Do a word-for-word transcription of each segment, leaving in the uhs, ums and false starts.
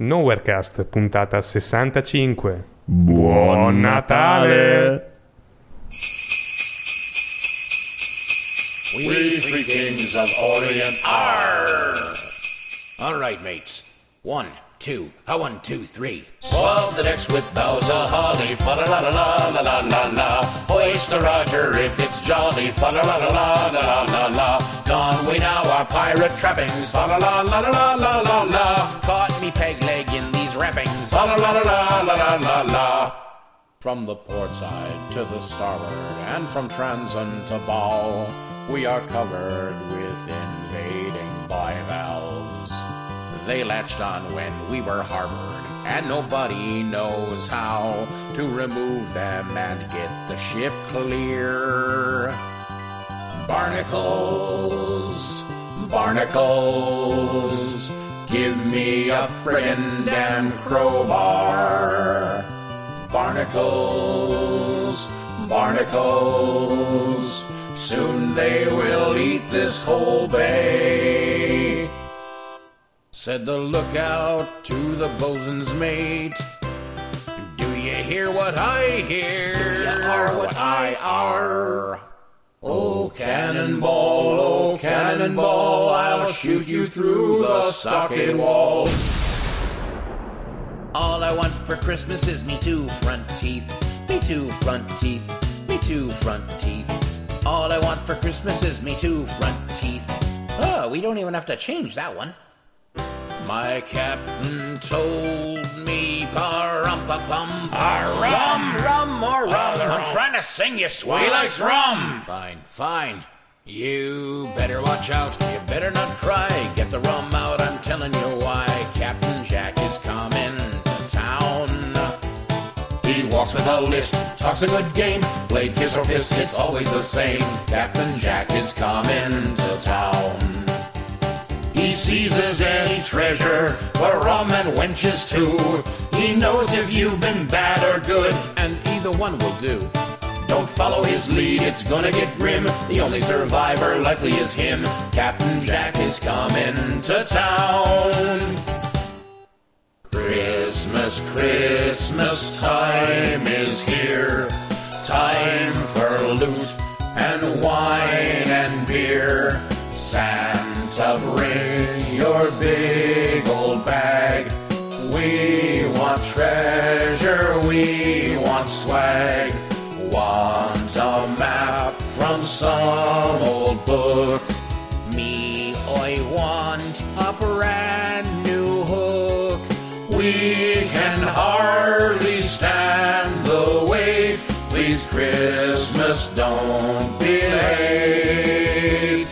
Nowherecast, puntata sessantacinque. Buon Natale! We three kings of Orient are. All right, mates. One, two, a one, two, three. Swab the decks with boughs of holly, fa la la la la la la la la. Hoist the Roger if it's jolly, fa la la la la la la la. Don we now our pirate trappings, fa la la la la la la la. Caught me peg leg in these wrappings, fa la la la la la la la. From the port side to the starboard, and from transom to bow, we are covered with invading bivalves. They latched on when we were harbored, and nobody knows how to remove them and get the ship clear. Barnacles, barnacles, give me a friggin' damn crowbar. Barnacles, barnacles, soon they will eat this whole bay. Said the lookout to the bosun's mate, do you hear what I hear? You are what I are. Oh, cannonball, oh, cannonball, I'll shoot you through the stockade wall. All I want for Christmas is me two front teeth, me two front teeth, me two front teeth. All I want for Christmas is me two front teeth. Oh, we don't even have to change that one. My captain told me pa-rum-pa-pum, pa-rum, rum or rum. Uh, I'm trying to sing you, swine. He likes rum. Fine, fine. You better watch out. You better not cry. Get the rum out. I'm telling you why. Captain Jack is coming to town. He walks with a list, talks a good game. Blade, kiss or fist, it's always the same. Captain Jack is coming to town. He seizes any treasure, but rum and wenches too. He knows if you've been bad or good, and either one will do. Don't follow his lead, it's gonna get grim. The only survivor likely is him. Captain Jack is coming to town. Christmas, Christmas time is here. Time for loot and wine and beer. Santa, bring your big old bag. We want treasure, we want swag. Want a map from some old book. Me, I want a brand new hook. We can hardly stand the wait. Please, Christmas, don't be late.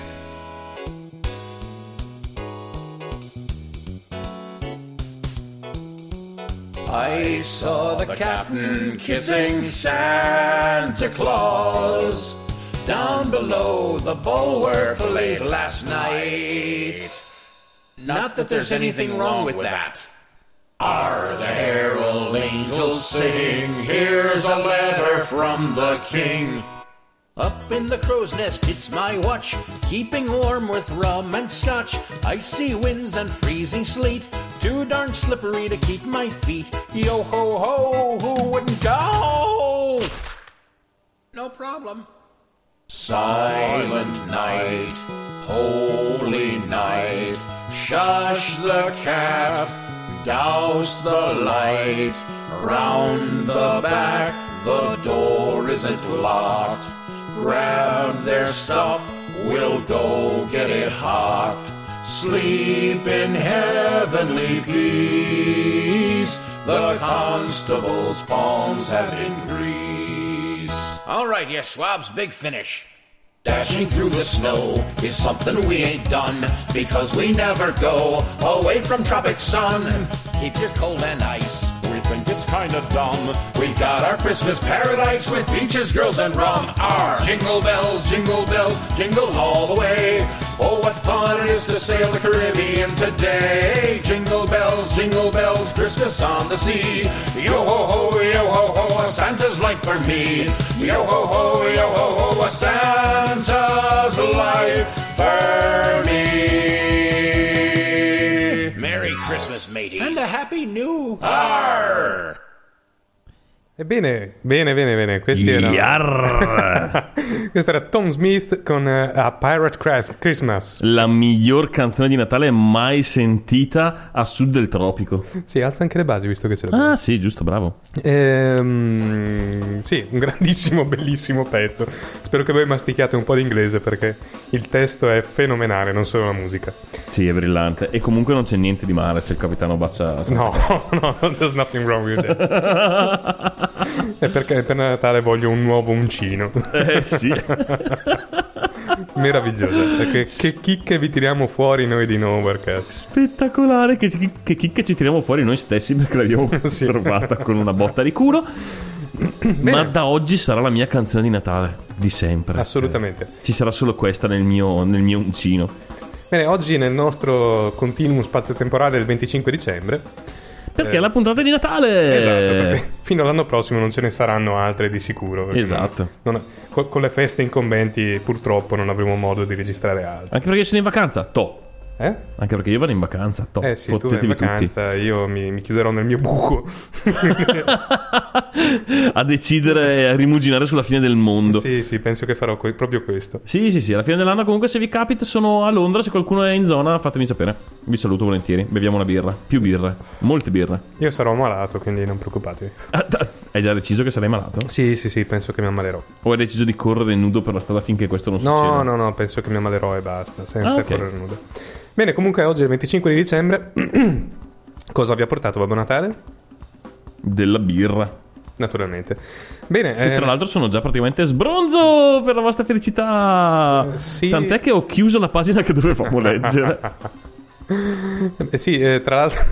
I saw the captain kissing Santa Claus down below the bulwark late last night. Not that there's anything wrong with that. Are the herald angels sing? Here's a letter from the king. Up in the crow's nest, it's my watch, keeping warm with rum and scotch. Icy winds and freezing sleet, too darn slippery to keep my feet. Yo ho ho, who wouldn't go? No problem. Silent night, holy night, shush the cat, douse the light. Round the back, the door isn't locked. Grab their stuff, we'll go get it hot. Sleep in heavenly peace. The constable's palms have been greased. All right, you swabs, big finish. Dashing through the snow is something we ain't done, because we never go away from tropic sun. Keep your cold and ice. We think it's kinda dumb. We've got our Christmas paradise with beaches, girls, and rum. Our jingle bells, jingle bells, jingle all the way. Oh, what fun it is to sail the Caribbean today. Jingle bells, jingle bells, Christmas on the sea. Yo ho ho, yo ho ho, a Santa's life for me. Yo ho ho, yo ho ho, a Santa's life for me. Merry Christmas, matey. And a happy new... Arr! Ebbene, bene, bene, bene. Questi erano... Questo era Tom Smith con uh, A Pirate Christmas. La miglior canzone di Natale mai sentita a sud del tropico. Sì, alza anche le basi visto che ce l'abbiamo. Ah sì, giusto, bravo. Ehm, sì, un grandissimo, bellissimo pezzo. Spero che voi mastichiate un po' di inglese perché il testo è fenomenale, non solo la musica. Sì, è brillante. E comunque non c'è niente di male se il capitano bacia... No, no, there's nothing wrong with that. È perché per Natale voglio un nuovo uncino. Eh sì. Meraviglioso. Perché che chicche vi tiriamo fuori noi di Nowherecast. Spettacolare. Che, che chicche ci tiriamo fuori noi stessi perché l'abbiamo Sì. trovata con una botta di culo. Ma da oggi sarà la mia canzone di Natale. Di sempre. Assolutamente. Eh, ci sarà solo questa nel mio, nel mio uncino. Bene, oggi nel nostro continuum spazio-temporale del venticinque dicembre. Perché Eh, è la puntata di Natale. Esatto, perché fino all'anno prossimo non ce ne saranno altre di sicuro. perché Esatto. non- non- con, con le feste incombenti purtroppo non avremo modo di registrare altre. Anche perché sono in vacanza. To. Eh? Anche perché io vado in vacanza. To. Eh sì, tu vai in Fottetevi tutti. vacanza, io mi, mi chiuderò nel mio buco. A decidere e a rimuginare sulla fine del mondo. Sì, sì, penso che farò que- proprio questo. Sì, sì, sì, alla fine dell'anno comunque se vi capita sono a Londra, se qualcuno è in zona fatemi sapere. Vi saluto volentieri, beviamo una birra, più birre, molte birre. Io sarò malato, quindi non preoccupatevi. Ah, da- Hai già deciso che sarai malato? Sì, sì, sì, penso che mi ammalerò. O hai deciso di correre nudo per la strada finché questo non No, succeda? no, no, penso che mi ammalerò e basta, senza Ah, ok. correre nudo. Bene, comunque oggi è il venticinque di dicembre. Cosa vi ha portato Babbo Natale? Della birra. Naturalmente. Bene, Che eh, tra l'altro sono già praticamente sbronzo per la vostra felicità. Eh, sì. Tant'è che ho chiuso la pagina che dovevamo leggere. eh, sì, eh, tra l'altro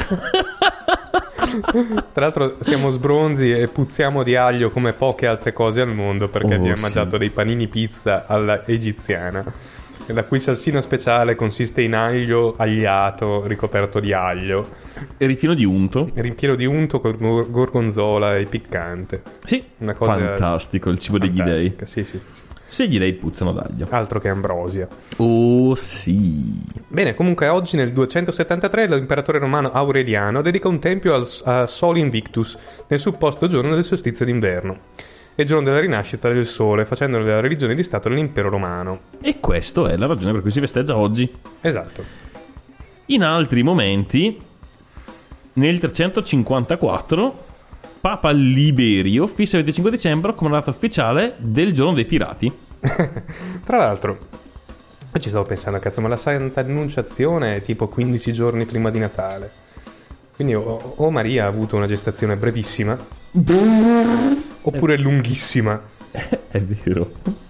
Tra l'altro siamo sbronzi e puzziamo di aglio come poche altre cose al mondo perché Oh, abbiamo sì. mangiato dei panini pizza alla egiziana, la cui salsina speciale consiste in aglio agliato ricoperto di aglio, E ripieno di unto. ripieno di unto con gor- gorgonzola e piccante. Sì, Una cosa fantastico, il cibo degli dei. fantastica, sì, sì, sì. Se gli dei puzzano d'aglio. Altro che ambrosia. Oh sì. Bene, comunque oggi nel duecentosettantatré l'imperatore romano Aureliano dedica un tempio al, a Sol Invictus nel supposto giorno del solstizio d'inverno e giorno della rinascita del sole, facendo della religione di stato l'impero romano. E questa è la ragione per cui si festeggia oggi. Esatto. In altri momenti, nel trecentocinquantaquattro, Papa Liberio fissa il venticinque dicembre come data ufficiale del giorno dei pirati. Tra l'altro, io ci stavo pensando, cazzo, ma la Santa Annunciazione è tipo quindici giorni prima di Natale. Quindi o, o Maria ha avuto una gestazione brevissima, oppure lunghissima. È vero.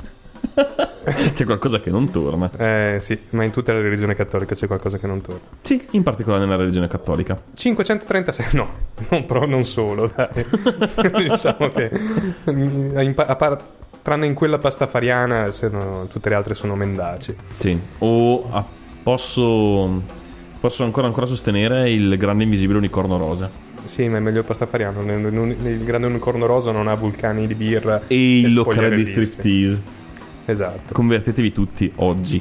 C'è qualcosa che non torna. Eh sì, ma in tutta la religione cattolica c'è qualcosa che non torna. Sì, in particolare nella religione cattolica. cinquecentotrentasei, no, non, però non solo, dai. Diciamo che in pa- a par- tranne in quella pastafariana, se no, tutte le altre sono mendaci. Sì. O ah, posso posso ancora ancora sostenere il grande invisibile unicorno rosa. Sì, ma è meglio il pastafariano. nel- nel- Il grande unicorno rosa non ha vulcani di birra E il locale di spogliarellisti. striptease. Esatto. Convertetevi tutti oggi.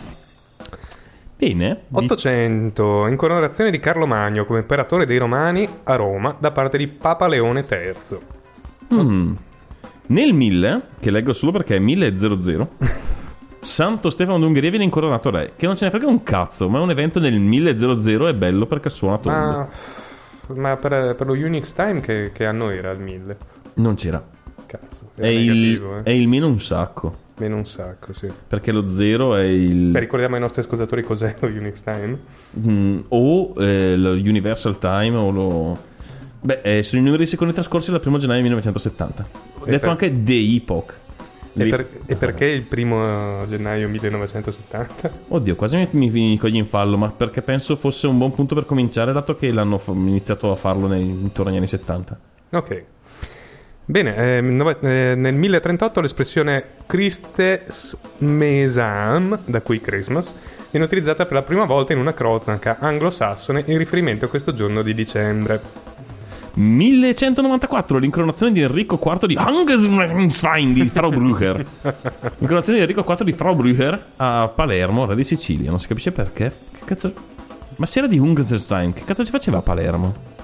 Bene. di- ottocento, incoronazione di Carlo Magno come imperatore dei Romani a Roma da parte di Papa Leone terzo. Mm. Nel mille, che leggo solo perché è mille, Santo Stefano d'Ungheria viene incoronato re. Che non ce ne frega un cazzo, ma è un evento nel mille è bello perché suona tondo. Ma, ma per, per lo Unix Time che, che anno era il mille? Non c'era. Cazzo, È era il, negativo, è eh. il meno un sacco. Meno un sacco, sì. Perché lo zero è il... Beh, ricordiamo ai nostri ascoltatori cos'è lo Unix Time. Mm, o eh, lo Universal Time o lo... Beh, eh, sono i numeri di secondi trascorsi dal primo gennaio millenovecentosettanta. Detto per- anche The Epoch. E, Le- per- e perché il primo gennaio millenovecentosettanta? Oddio, quasi mi, mi, mi cogli in fallo, ma perché penso fosse un buon punto per cominciare, dato che l'hanno fa- iniziato a farlo nei, intorno agli anni settanta. Ok. Bene, ehm, nove- eh, nel mille trentotto l'espressione Christes Mesam, da cui Christmas, viene utilizzata per la prima volta in una cronaca anglosassone in riferimento a questo giorno di dicembre. millecentonovantaquattro, l'incoronazione di Enrico quarto di Hangenswein di Frau Brücher. L'incoronazione di Enrico quarto di Frau Brücher a Palermo, re di Sicilia. Non si capisce perché. Che cazzo... Ma se era di Hangenswein, che cazzo ci faceva a Palermo?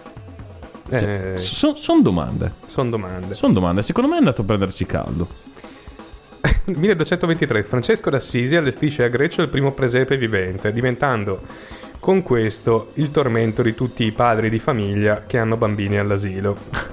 Cioè, Eh, Sono son domande. Sono domande. Sono domande. Secondo me è andato a prenderci caldo. milleduecentoventitré Francesco d'Assisi allestisce a Greccio il primo presepe vivente, diventando con questo il tormento di tutti i padri di famiglia che hanno bambini all'asilo.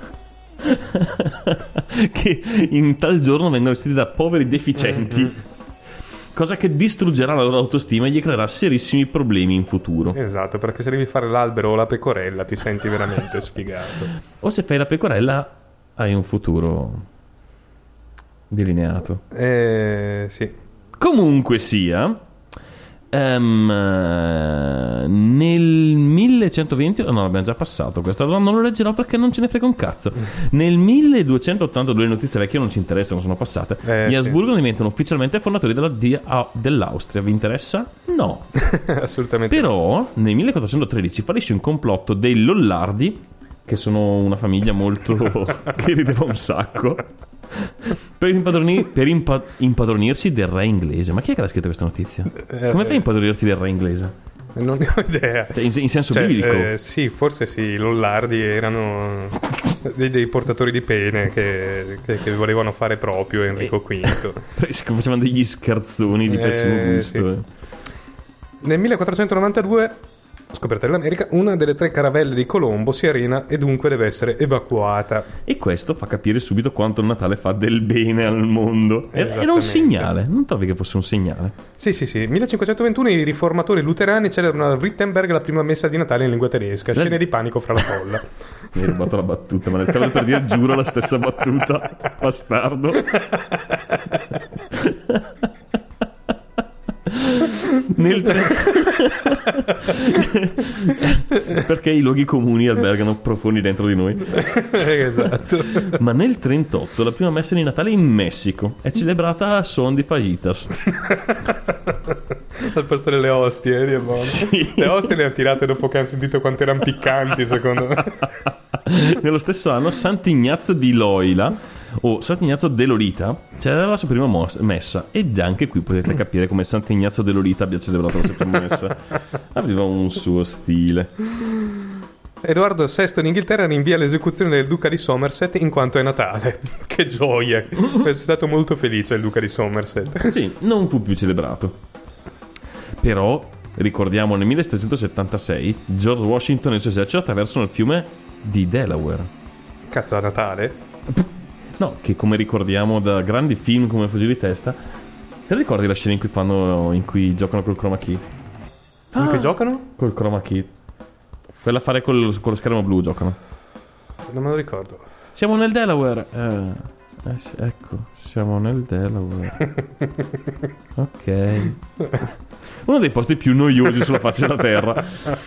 Che in tal giorno vengono vestiti da poveri deficienti. Mm-hmm. Cosa che distruggerà la loro autostima e gli creerà serissimi problemi in futuro. Esatto, perché se devi fare l'albero o la pecorella ti senti veramente sfigato. O se fai la pecorella hai un futuro delineato. Eh, sì. Comunque sia, ehm, nel millecentoventi, oh no, l'abbiamo già passato questo, allora non lo leggerò perché non ce ne frega un cazzo. Nel milleduecentottantadue, le notizie vecchie non ci interessano, sono passate. Eh, Gli sì. Asburgo diventano ufficialmente fondatori della D I A dell'Austria. Vi interessa? No. Assolutamente. no. Però nel millequattrocentotredici fallisce un complotto dei Lollardi, che sono una famiglia molto che rideva un sacco, per, impadroni- per impa- impadronirsi del re inglese. Ma chi è che l'ha scritto questa notizia? Eh, Come fai a eh. impadronirti del re inglese? Non ne ho idea. Cioè, in, in senso Cioè, biblico. eh, sì, forse sì, i Lollardi erano dei, dei portatori di pene che, che, che volevano fare proprio Enrico quinto. Facevano degli scherzoni di Eh, pessimo gusto. sì. Nel millequattrocentonovantadue, scoperta dell'America, una delle tre caravelle di Colombo si arena e dunque deve essere evacuata. E questo fa capire subito quanto il Natale fa del bene al mondo. Era, era un Esattamente. segnale. Non trovi che fosse un segnale? Sì, sì, sì. millecinquecentoventuno i riformatori luterani celebrano a Wittenberg la prima messa di Natale in lingua tedesca. Scene di panico fra la folla. Mi hai rubato la battuta, ma ne stavo per dire, giuro, la stessa battuta. Bastardo. Nel tre... perché i luoghi comuni albergano profondi dentro di noi. Esatto. Ma nel trentotto la prima messa di Natale in Messico è celebrata a son di fajitas. Al posto delle ostie, eh, di Amon. Sì. Le ostie le ha tirate dopo che hanno sentito quanto erano piccanti, secondo me. Nello stesso anno Sant'Ignazio di Loyola o Sant'Ignazio de Lolita celebra la sua prima mos- messa, e già anche qui potete capire come Sant'Ignazio de Lolita abbia celebrato la sua prima messa. Aveva un suo stile. Edoardo sesto in Inghilterra rinvia l'esecuzione del duca di Somerset in quanto è Natale. Che gioia! È stato molto felice il duca di Somerset. Sì, non fu più celebrato. Però ricordiamo, nel millesettecentosettantasei George Washington e il suo esercito attraversano il fiume di Delaware. Cazzo, a Natale? No, che come ricordiamo da grandi film come Fuggire di testa. Te ricordi la scena in cui fanno in cui giocano col chroma key? In cui giocano? Col chroma key. Quella a fare col, con lo schermo blu giocano. Non me lo ricordo. Siamo nel Delaware. Eh, eh, sì, ecco, siamo nel Delaware. Ok. Uno dei posti più noiosi sulla faccia della terra.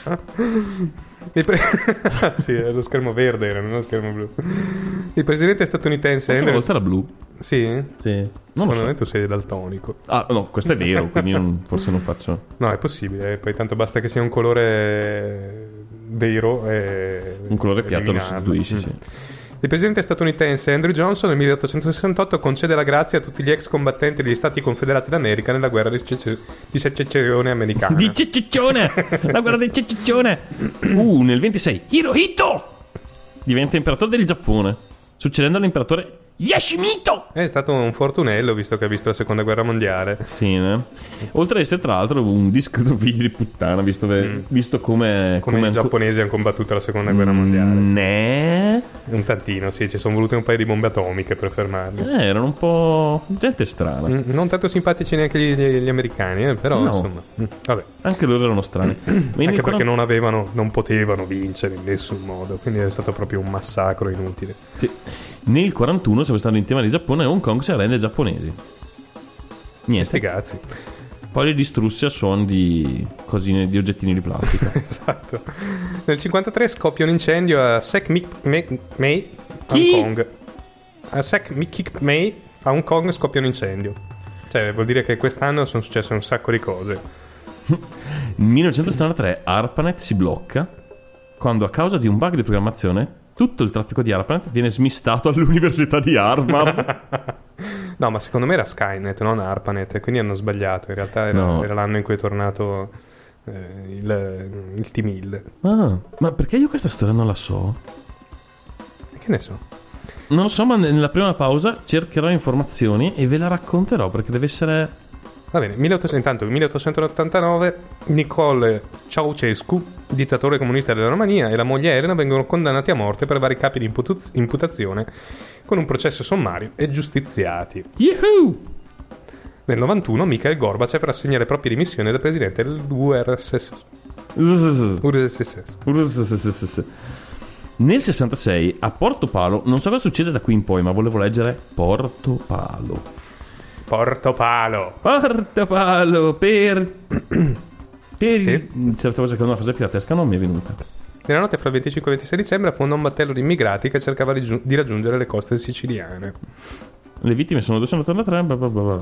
Il pre- sì, lo schermo verde era, non lo schermo blu. Il presidente statunitense Forse una Andrew... volta era blu. Sì? Sì. Non lo Secondo so. me tu sei daltonico. Ah, no, questo è vero, quindi non- forse non faccio. No, è possibile, eh, poi tanto basta che sia un colore vero e... Un colore piatto lo eliminarlo. sostituisci, Mm. sì. Il presidente statunitense Andrew Johnson nel milleottocentosessantotto concede la grazia a tutti gli ex combattenti degli Stati Confederati d'America nella guerra di, secce- di secessione americana. Di ceciccione! La guerra del ceciccione! Uh, nel ventisei Hirohito diventa imperatore del Giappone, succedendo all'imperatore Yashimito. È stato un fortunello visto che ha visto la seconda guerra mondiale. Sì, né? Oltre ad essere tra l'altro un discreto figlio di puttana, visto, ve- Mm. visto come... Come i anco- giapponesi hanno combattuto la seconda guerra mondiale. Ne? Un tantino, sì, ci sono volute un paio di bombe atomiche per fermarli. Eh, erano un po' gente strana. Mm, Non tanto simpatici neanche gli, gli- gli americani, eh, però No. insomma, mm, vabbè. Anche loro erano strani. Ma in Anche il perché quaranta non avevano, non potevano vincere in nessun modo, quindi è stato proprio un massacro inutile. Sì. Nel quarantuno, sequestrando in tema di Giappone, Hong Kong si arrende ai giapponesi. Sti Niente. cazzi. Poi li distrusse a suon di cosine, di oggettini di plastica. Esatto. Nel cinquantatré scoppia un incendio a Sekmik-Mei a Chi? Hong Kong. A Sekmik-Mei a Hong Kong scoppia un incendio. Cioè, vuol dire che quest'anno sono successe un sacco di cose. Nel millenovecentosettantatré ARPANET si blocca quando, a causa di un bug di programmazione, tutto il traffico di ARPANET viene smistato all'università di Harvard. No, ma secondo me era Skynet, non ARPANET, quindi hanno sbagliato. In realtà era, No. era l'anno in cui è tornato eh, il, il T mille. Ah, ma perché io questa storia non la so? Che ne so? Non lo so, ma nella prima pausa cercherò informazioni e ve la racconterò perché deve essere... Va bene, milleottocento, intanto milleottocentottantanove Nicole Ceausescu, dittatore comunista della Romania, e la moglie Elena vengono condannati a morte per vari capi di imputuz- imputazione con un processo sommario e giustiziati. Yahoo! Nel novantuno Mikhail Gorbachev rassegna le proprie dimissioni da presidente dell'U R S S. U R S S. Nel sessantasei a Portopalo, non so cosa succede da qui in poi, ma volevo leggere Portopalo. Portopalo. Portopalo per... per... Sì. Stavo cercando una frase piratesca, non mi è venuta. Nella notte fra il venticinque e il ventisei dicembre affonda un battello di immigrati che cercava di, giu- di raggiungere le coste siciliane. Le vittime sono duecentotrentatré. Bla bla bla bla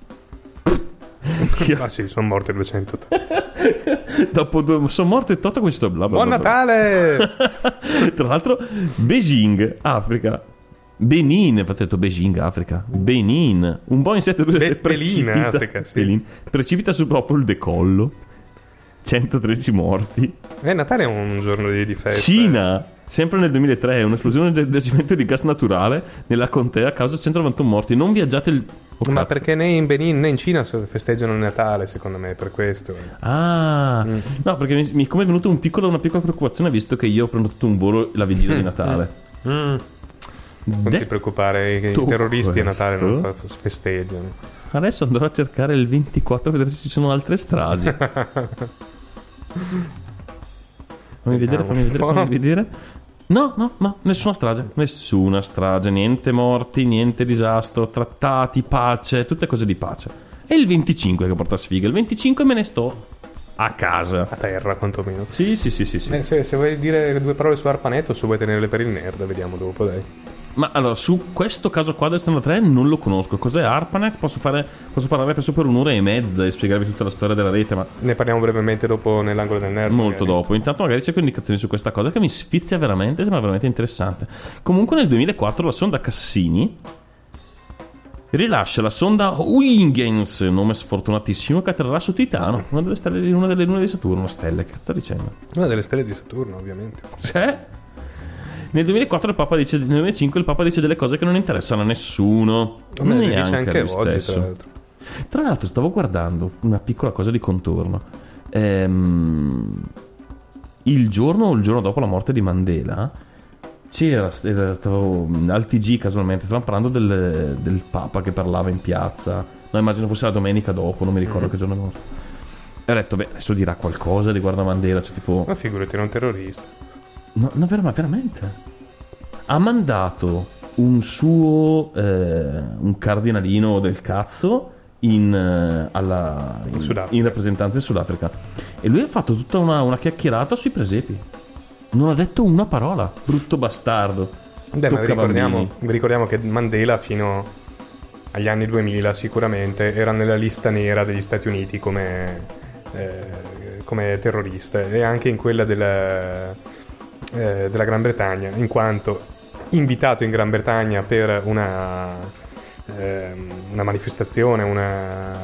bla. Ah sì, sono morte duecento. Dopo due... sono morte tutto questo bla bla. Buon bla, bla. Natale! Tra l'altro Beijing, Africa. Benin, infatti ho detto Beijing, Africa. Benin, un Boeing sette due sette Be- Belin, precipita, Africa, sì. Belin, precipita su proprio il decollo. centotredici morti. Eh, Natale è un giorno di, di festa. Cina, sempre nel duemilatré, un'esplosione del giacimento di gas naturale nella contea causa centonovantuno morti. Non viaggiate il... oh, Ma cazzo. perché né in Benin né in Cina so- festeggiano il Natale, secondo me, per questo. Ah, Mm. no, perché mi, mi come è venuta un piccolo, una piccola preoccupazione visto che io ho prenotato un volo la vigilia di Natale. Mm. Non ti De- preoccupare, i Detto terroristi a Natale non questo, fa- festeggiano. Adesso andrò a cercare il ventiquattro a vedere se ci sono altre stragi. Fammi vedere, fammi vedere, fammi vedere. No, no, no, nessuna strage. Nessuna strage, niente morti, niente disastro, trattati, pace, tutte cose di pace. E il venticinque che porta sfiga. Il venticinque me ne sto a casa. A terra, quantomeno. Sì, sì, sì, sì, sì. Eh, se, se vuoi dire due parole su ARPANET o se vuoi tenerle per il nerd, vediamo dopo, dai. Ma allora, su questo caso qua del Standard tre non lo conosco. Cos'è ARPANET? Posso, fare, posso parlare penso per un'ora e mezza e spiegarvi tutta la storia della rete, ma Ne parliamo brevemente dopo nell'angolo del nerd. molto magari. dopo. Intanto magari cerco indicazioni su questa cosa che mi sfizia veramente, sembra veramente interessante. Comunque nel duemilaquattro la sonda Cassini rilascia la sonda Huygens, nome sfortunatissimo, che atterrerà su Titano, una delle stelle di una delle lune di Saturno. Stelle, che sto dicendo? Una delle stelle di Saturno, ovviamente. C'è? Nel duemilaquattro il Papa dice, nel duemilacinque il Papa dice delle cose che non interessano a nessuno, A me le dice neanche anche a lui oggi, stesso. tra l'altro. Tra l'altro stavo guardando una piccola cosa di contorno. Ehm, il giorno o il giorno dopo la morte di Mandela c'era, era- stavo al T G casualmente, stavamo parlando del, del Papa che parlava in piazza. No, immagino fosse la domenica dopo, non mi ricordo che giorno è morto. E ho detto, beh, adesso dirà qualcosa riguardo a Mandela, cioè tipo... Ma figurati, era un terrorista. No, no, ver- ma veramente? Ha mandato un suo eh, un cardinalino del cazzo in, eh, alla, in, Sudafrica. in rappresentanza in Sudafrica e lui ha fatto tutta una, una chiacchierata sui presepi. Non ha detto una parola, brutto bastardo. Beh, ma vi Tocca ricordiamo, bambini. vi ricordiamo che Mandela fino agli anni duemila sicuramente era nella lista nera degli Stati Uniti come, eh, come terrorista e anche in quella della, eh, della Gran Bretagna, in quanto invitato in Gran Bretagna per una, ehm, una manifestazione, una,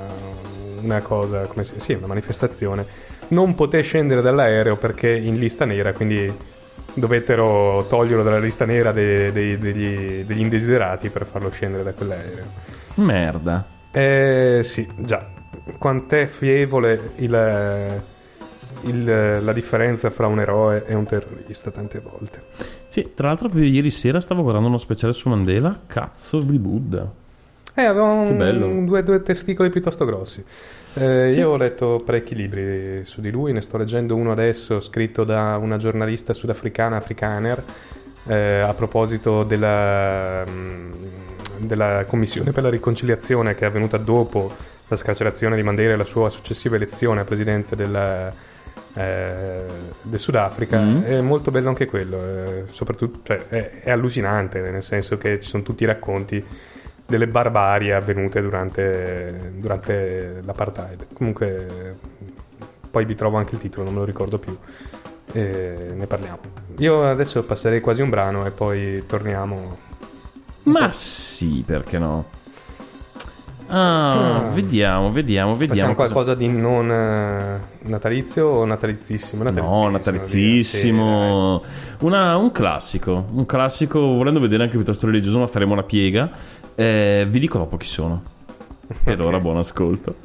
una cosa, come si, sì, una manifestazione, non poté scendere dall'aereo perché in lista nera, quindi dovettero toglierlo dalla lista nera dei- dei- degli, degli indesiderati per farlo scendere da quell'aereo. Merda. Eh sì, già. Quant'è fievole il, il- la differenza fra un eroe e un terrorista tante volte. Sì, tra l'altro proprio ieri sera stavo guardando uno speciale su Mandela. Cazzo di Buddha. Eh, avevamo Che bello. un- due, due testicoli piuttosto grossi. Eh, Sì. Io ho letto parecchi libri su di lui, ne sto leggendo uno adesso scritto da una giornalista sudafricana, Afrikaner, eh, a proposito della, mh, della commissione per la riconciliazione che è avvenuta dopo la scarcerazione di Mandela e la sua successiva elezione a presidente della, eh, del Sudafrica. Mm. È molto bello anche quello, eh, soprattutto, cioè, è, è allucinante, nel senso che ci sono tutti i racconti delle barbarie avvenute durante, durante l'apartheid. Comunque poi vi trovo anche il titolo, non me lo ricordo più, e ne parliamo. Io adesso passerei quasi un brano e poi torniamo. Ma sì, perché no? Ah, Ah. vediamo, vediamo, vediamo. Passiamo cosa- qualcosa di non eh, natalizio o natalizissimo? No, natalizissimo. Una- un classico, un classico, volendo vedere anche piuttosto religioso, ma faremo una piega. Eh, vi dico dopo chi sono. E allora buon ascolto.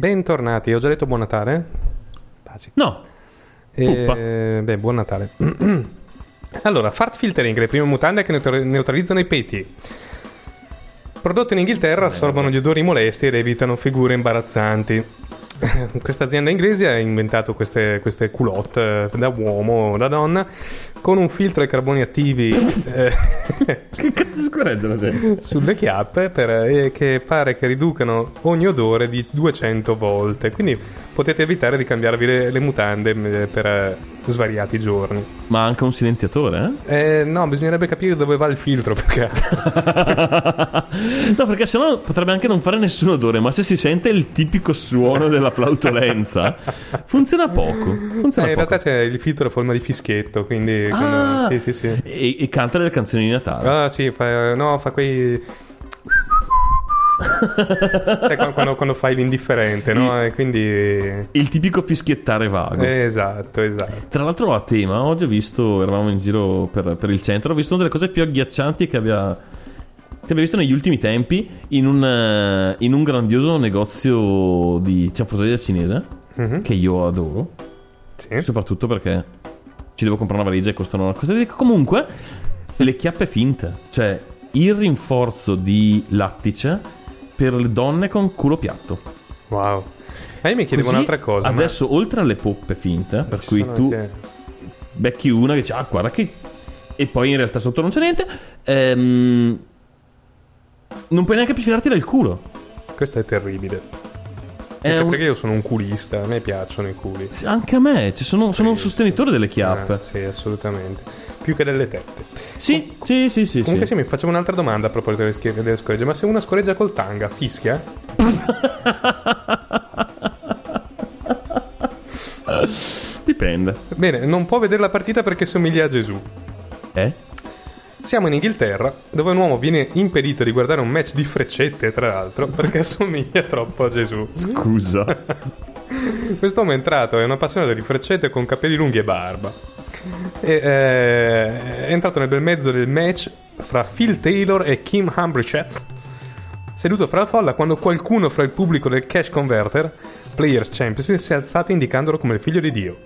bentornati. Ho già detto buon Natale? Paci. No. E, beh, buon Natale. Allora, fart filtering, le prime mutande che neutra- neutralizzano i peti. Prodotte in Inghilterra, assorbono gli odori molesti ed evitano figure imbarazzanti. Questa azienda inglese ha inventato queste, queste culotte da uomo o da donna con un filtro ai carboni attivi eh, Che cazzo scorreggia la gente? sulle chiappe per, eh, che pare che riducano ogni odore di duecento volte, quindi potete evitare di cambiarvi le, le mutande eh, per eh, svariati giorni. Ma anche un silenziatore, eh? Eh, no, bisognerebbe capire dove va il filtro più che altro. No, perché sennò potrebbe anche non fare nessun odore, ma se si sente il tipico suono della flautolenza, funziona poco. Funziona Eh, in poco. realtà c'è il filtro a forma di fischietto, quindi Ah! quando- sì, sì, sì. E, e canta le canzoni di Natale. Ah, sì, fa, no, fa quei. Cioè, quando, quando, quando fai l'indifferente, no? E quindi. Il tipico fischiettare vago. Esatto, esatto. Tra l'altro a tema, oggi ho visto, eravamo in giro per, per il centro, ho visto una delle cose più agghiaccianti che abbia, che abbia visto negli ultimi tempi in un, eh, in un grandioso negozio di cianfrusaglia cinese, Mhm. che io adoro, Sì. soprattutto perché ci devo comprare una valigia e costano una cosa di... Comunque, le chiappe finte, cioè il rinforzo di lattice per le donne con culo piatto. Wow. Ma io mi chiedevo Così, un'altra cosa. ma adesso, oltre alle poppe finte, per ci cui sono tu anche- becchi una che dice, ah, guarda che... E poi in realtà sotto non c'è niente, ehm, non puoi neanche più filarti dal culo. Questo è terribile. È Anche un- perché io sono un culista, a me piacciono i culi. Sì, anche a me, cioè, sono, sono un sostenitore delle chiappe. Ah, sì, assolutamente. Più che delle tette. Sì, sì, sì, sì, Comunque sì. sì, mi facevo un'altra domanda a proposito delle, schie- delle scoregge. Ma se uno scoreggia col tanga, fischia? Dipende. Bene, non può vedere la partita perché somiglia a Gesù. Eh? Siamo in Inghilterra, dove un uomo viene impedito di guardare un match di freccette, tra l'altro, perché somiglia troppo a Gesù. Scusa. Quest'uomo è entrato, è un appassionato di freccette con capelli lunghi e barba. E, eh, è entrato nel bel mezzo del match fra Phil Taylor e Kim Humbrichet, seduto fra la folla, quando qualcuno fra il pubblico del Cash Converter Players Championship si è alzato indicandolo come il figlio di Dio.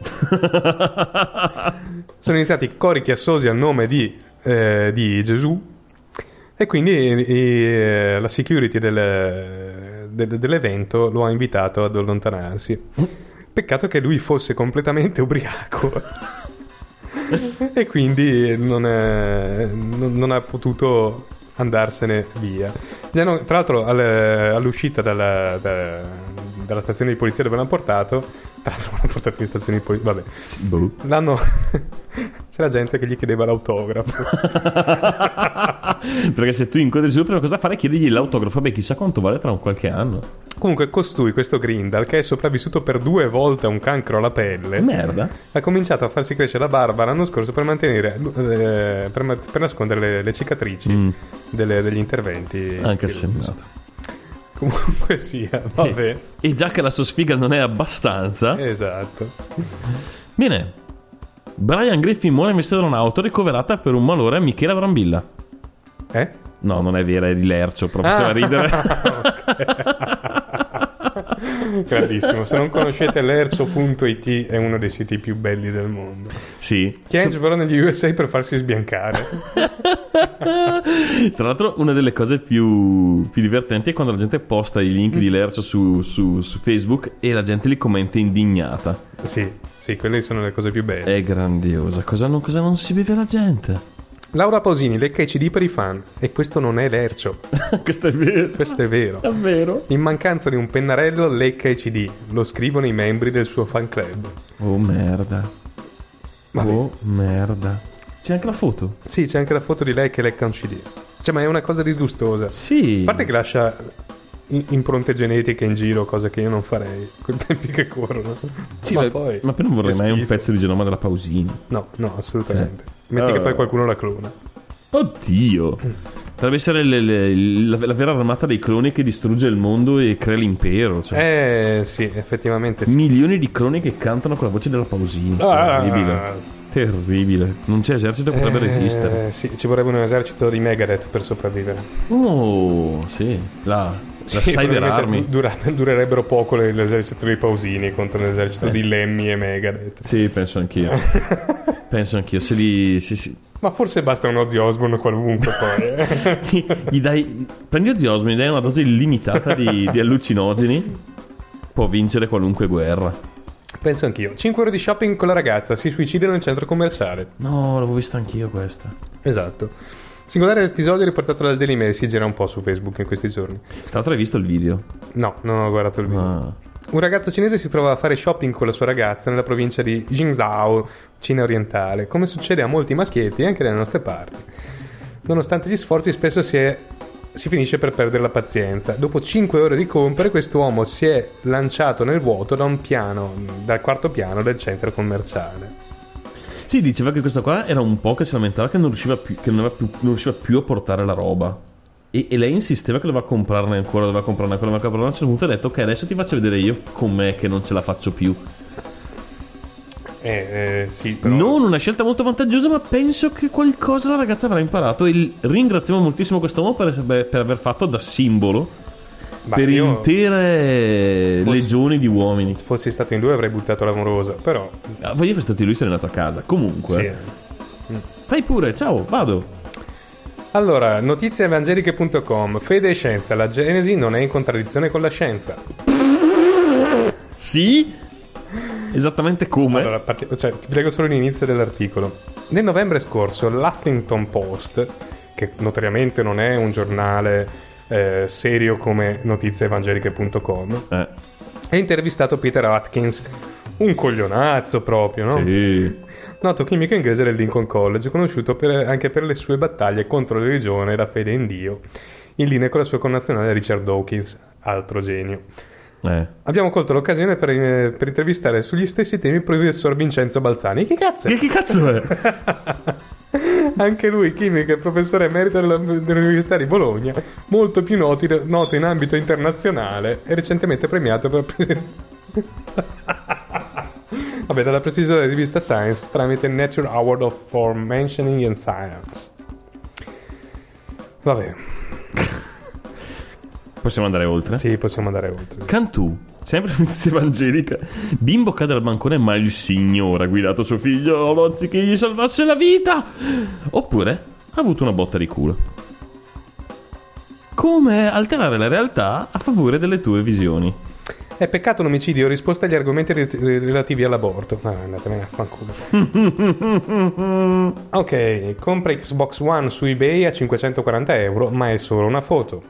Sono iniziati cori chiassosi al nome di, eh, di Gesù, e quindi eh, la security del, del- dell'evento lo ha invitato ad allontanarsi. Peccato che lui fosse completamente ubriaco e quindi non, è- non- non ha potuto andarsene via. Gli hanno- tra l'altro al- all'uscita dalla, da- dalla stazione di polizia dove l'hanno portato, tra l'altro l'hanno portato in stazione di polizia, vabbè, Boh. l'hanno c'era gente che gli chiedeva l'autografo. Perché se tu incontri Gesù, la prima cosa da fare è chiedergli l'autografo. Beh, chissà quanto vale tra un qualche anno. Comunque costui, questo Grindal, che è sopravvissuto per due volte a un cancro alla pelle, Merda. ha cominciato a farsi crescere la barba l'anno scorso per mantenere eh, per, ma- per nascondere le, le cicatrici Mm. delle- degli interventi Anche chirurgici. sembrato. Comunque sia, vabbè. E già che la sua sfiga non è abbastanza. Esatto. Bene. Brian Griffin muore in vestito da un'auto ricoverata per un malore a Michela Brambilla. Eh? No, non è vera, è di Lercio, però faceva Ah, ridere. Grandissimo. Se non conoscete lercio punto it, è uno dei siti più belli del mondo. Sì. Chiange però negli U S A per farsi sbiancare. Tra l'altro, una delle cose più, più divertenti è quando la gente posta i link di Lercio su, su, su Facebook e la gente li commenta indignata. Sì, sì, quelle sono le cose più belle. È grandiosa. Cosa non, cosa non si beve la gente? Laura Pausini lecca i C D per i fan. E questo non è lercio. Questo è vero. Questo è vero. Davvero? In mancanza di un pennarello lecca i C D. Lo scrivono i membri del suo fan club. Oh merda. Vabbè. Oh merda. C'è anche la foto? Sì, c'è anche la foto di lei che lecca un C D. Cioè, ma è una cosa disgustosa. Sì. A parte che lascia i- impronte genetiche in giro, cosa che io non farei con i tempi che corrono. Sì, ma ma, poi ma poi non vorrei che mai un schifo. pezzo di genoma della Pausini. No, no, assolutamente. Sì. Metti che Oh. poi qualcuno la clona. Oddio. Dovrebbe essere le- le- la, la vera armata dei cloni che distrugge il mondo e crea l'impero. Cioè. Eh, sì, effettivamente sì. Milioni di cloni che cantano con la voce della Pausini. Ah. Terribile. Terribile. Non c'è esercito che potrebbe Eh, resistere. Sì, ci vorrebbe un esercito di Megadeth per sopravvivere. Oh, sì. Là. La Sì, Cyber probabilmente Army. dura- durerebbero poco le- l'esercito dei Pausini contro l'esercito Eh, di sì. Lemmy e Megadeth. Sì, penso anch'io. penso anch'io. Se li... Sì, sì. Ma forse basta un Ozzy Osbourne qualunque poi. eh. Gli, gli dai... Prendi Ozzy Osbourne, gli dai una dose illimitata di, di allucinogeni, può vincere qualunque guerra. Penso anch'io. cinque ore di shopping con la ragazza, si suicida nel centro commerciale. No, l'avevo vista anch'io questa. Esatto. Singolare episodio riportato dal Daily Mail, si gira un po' su Facebook in questi giorni. Tra l'altro hai visto il video? No, non ho guardato il video. Ah. Un ragazzo cinese si trova a fare shopping con la sua ragazza nella provincia di Jingzhou, Cina orientale, come succede a molti maschietti anche nelle nostre parti. Nonostante gli sforzi spesso si, è, si finisce per perdere la pazienza. Dopo cinque ore di compere quest'uomo si è lanciato nel vuoto da un piano, dal quarto piano del centro commerciale. Sì, diceva che questo qua era un po' che si lamentava che non riusciva più, che non, aveva più, non riusciva più a portare la roba. E, e lei insisteva che doveva comprarne ancora, doveva comprarne ancora, doveva comprarne. A un certo punto ha detto: ok, adesso ti faccio vedere io com'è che non ce la faccio più. Eh, eh sì, però... Non una scelta molto vantaggiosa, ma penso che qualcosa la ragazza avrà imparato. E ringraziamo moltissimo quest'uomo per, per aver fatto da simbolo Ma per io, intere fossi- legioni di uomini. se fossi stato in due avrei buttato l'amorosa, però... Ah, voi foste stati lui, se n'è andato a casa. Comunque, Sì. eh. fai pure, ciao, vado. Allora, notizie evangeliche punto com. Fede e scienza, la Genesi non è in contraddizione con la scienza. Sì? Esattamente come? Allora, parti- cioè, ti leggo solo l'inizio dell'articolo. Nel novembre scorso l'Huffington Post, che notoriamente non è un giornale eh, serio come notizie evangeliche punto com, Eh, ha intervistato Peter Atkins, un coglionazzo proprio, no? sì. Noto chimico inglese del Lincoln College, conosciuto per- anche per le sue battaglie contro la religione e la fede in Dio, in linea con la sua connazionale Richard Dawkins, altro genio. Eh. Abbiamo colto l'occasione per, eh, per intervistare sugli stessi temi il professor Vincenzo Balzani. Che cazzo è? Che, che cazzo è? Anche lui, chimico e professore emerito della- dell'Università di Bologna, molto più noti- noto in ambito internazionale e recentemente premiato per presentare... Vabbè, dalla prestigiosa rivista Science tramite Nature Award of for Mentioning in Science. Vabbè, Possiamo andare oltre? sì, possiamo andare oltre. Cantù, sempre notizia evangelica. Bimbo cade dal bancone, ma il Signore ha guidato suo figlio anziché gli salvasse la vita. Oppure ha avuto una botta di culo. Come alterare la realtà a favore delle tue visioni. È peccato l'omicidio, risposta agli argomenti ri- relativi all'aborto. Ah, andatevene a fanculo. Ok, compra Xbox One su eBay a cinquecentoquaranta euro, ma è solo una foto.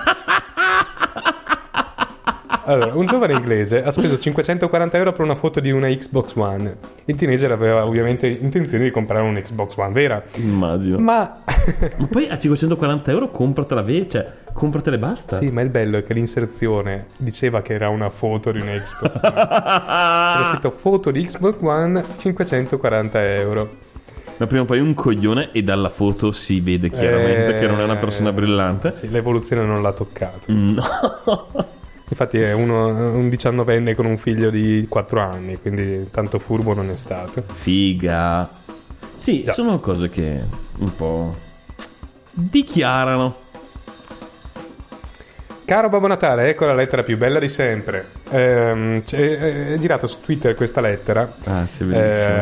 Allora, un giovane inglese ha speso cinquecentoquaranta euro per una foto di una Xbox One. Il teenager aveva ovviamente intenzione di comprare un Xbox One vera. Immagino. Ma... Ma poi a cinquecentoquaranta euro compratela ve, cioè compratele e basta. Sì, ma il bello è che l'inserzione diceva che era una foto di una Xbox One. Era scritto foto di Xbox One, cinquecentoquaranta euro. Ma prima o poi un coglione e dalla foto si vede chiaramente Eh, che non è una persona brillante. Sì, l'evoluzione non l'ha toccato. No. Infatti è uno, un diciannovenne con un figlio di quattro anni, quindi tanto furbo non è stato. Figa. Sì, Già. sono cose che un po' dichiarano. Caro Babbo Natale, ecco la lettera più bella di sempre. Ehm, c'è- è girata su Twitter questa lettera Ah, sì, eh, bellissimo.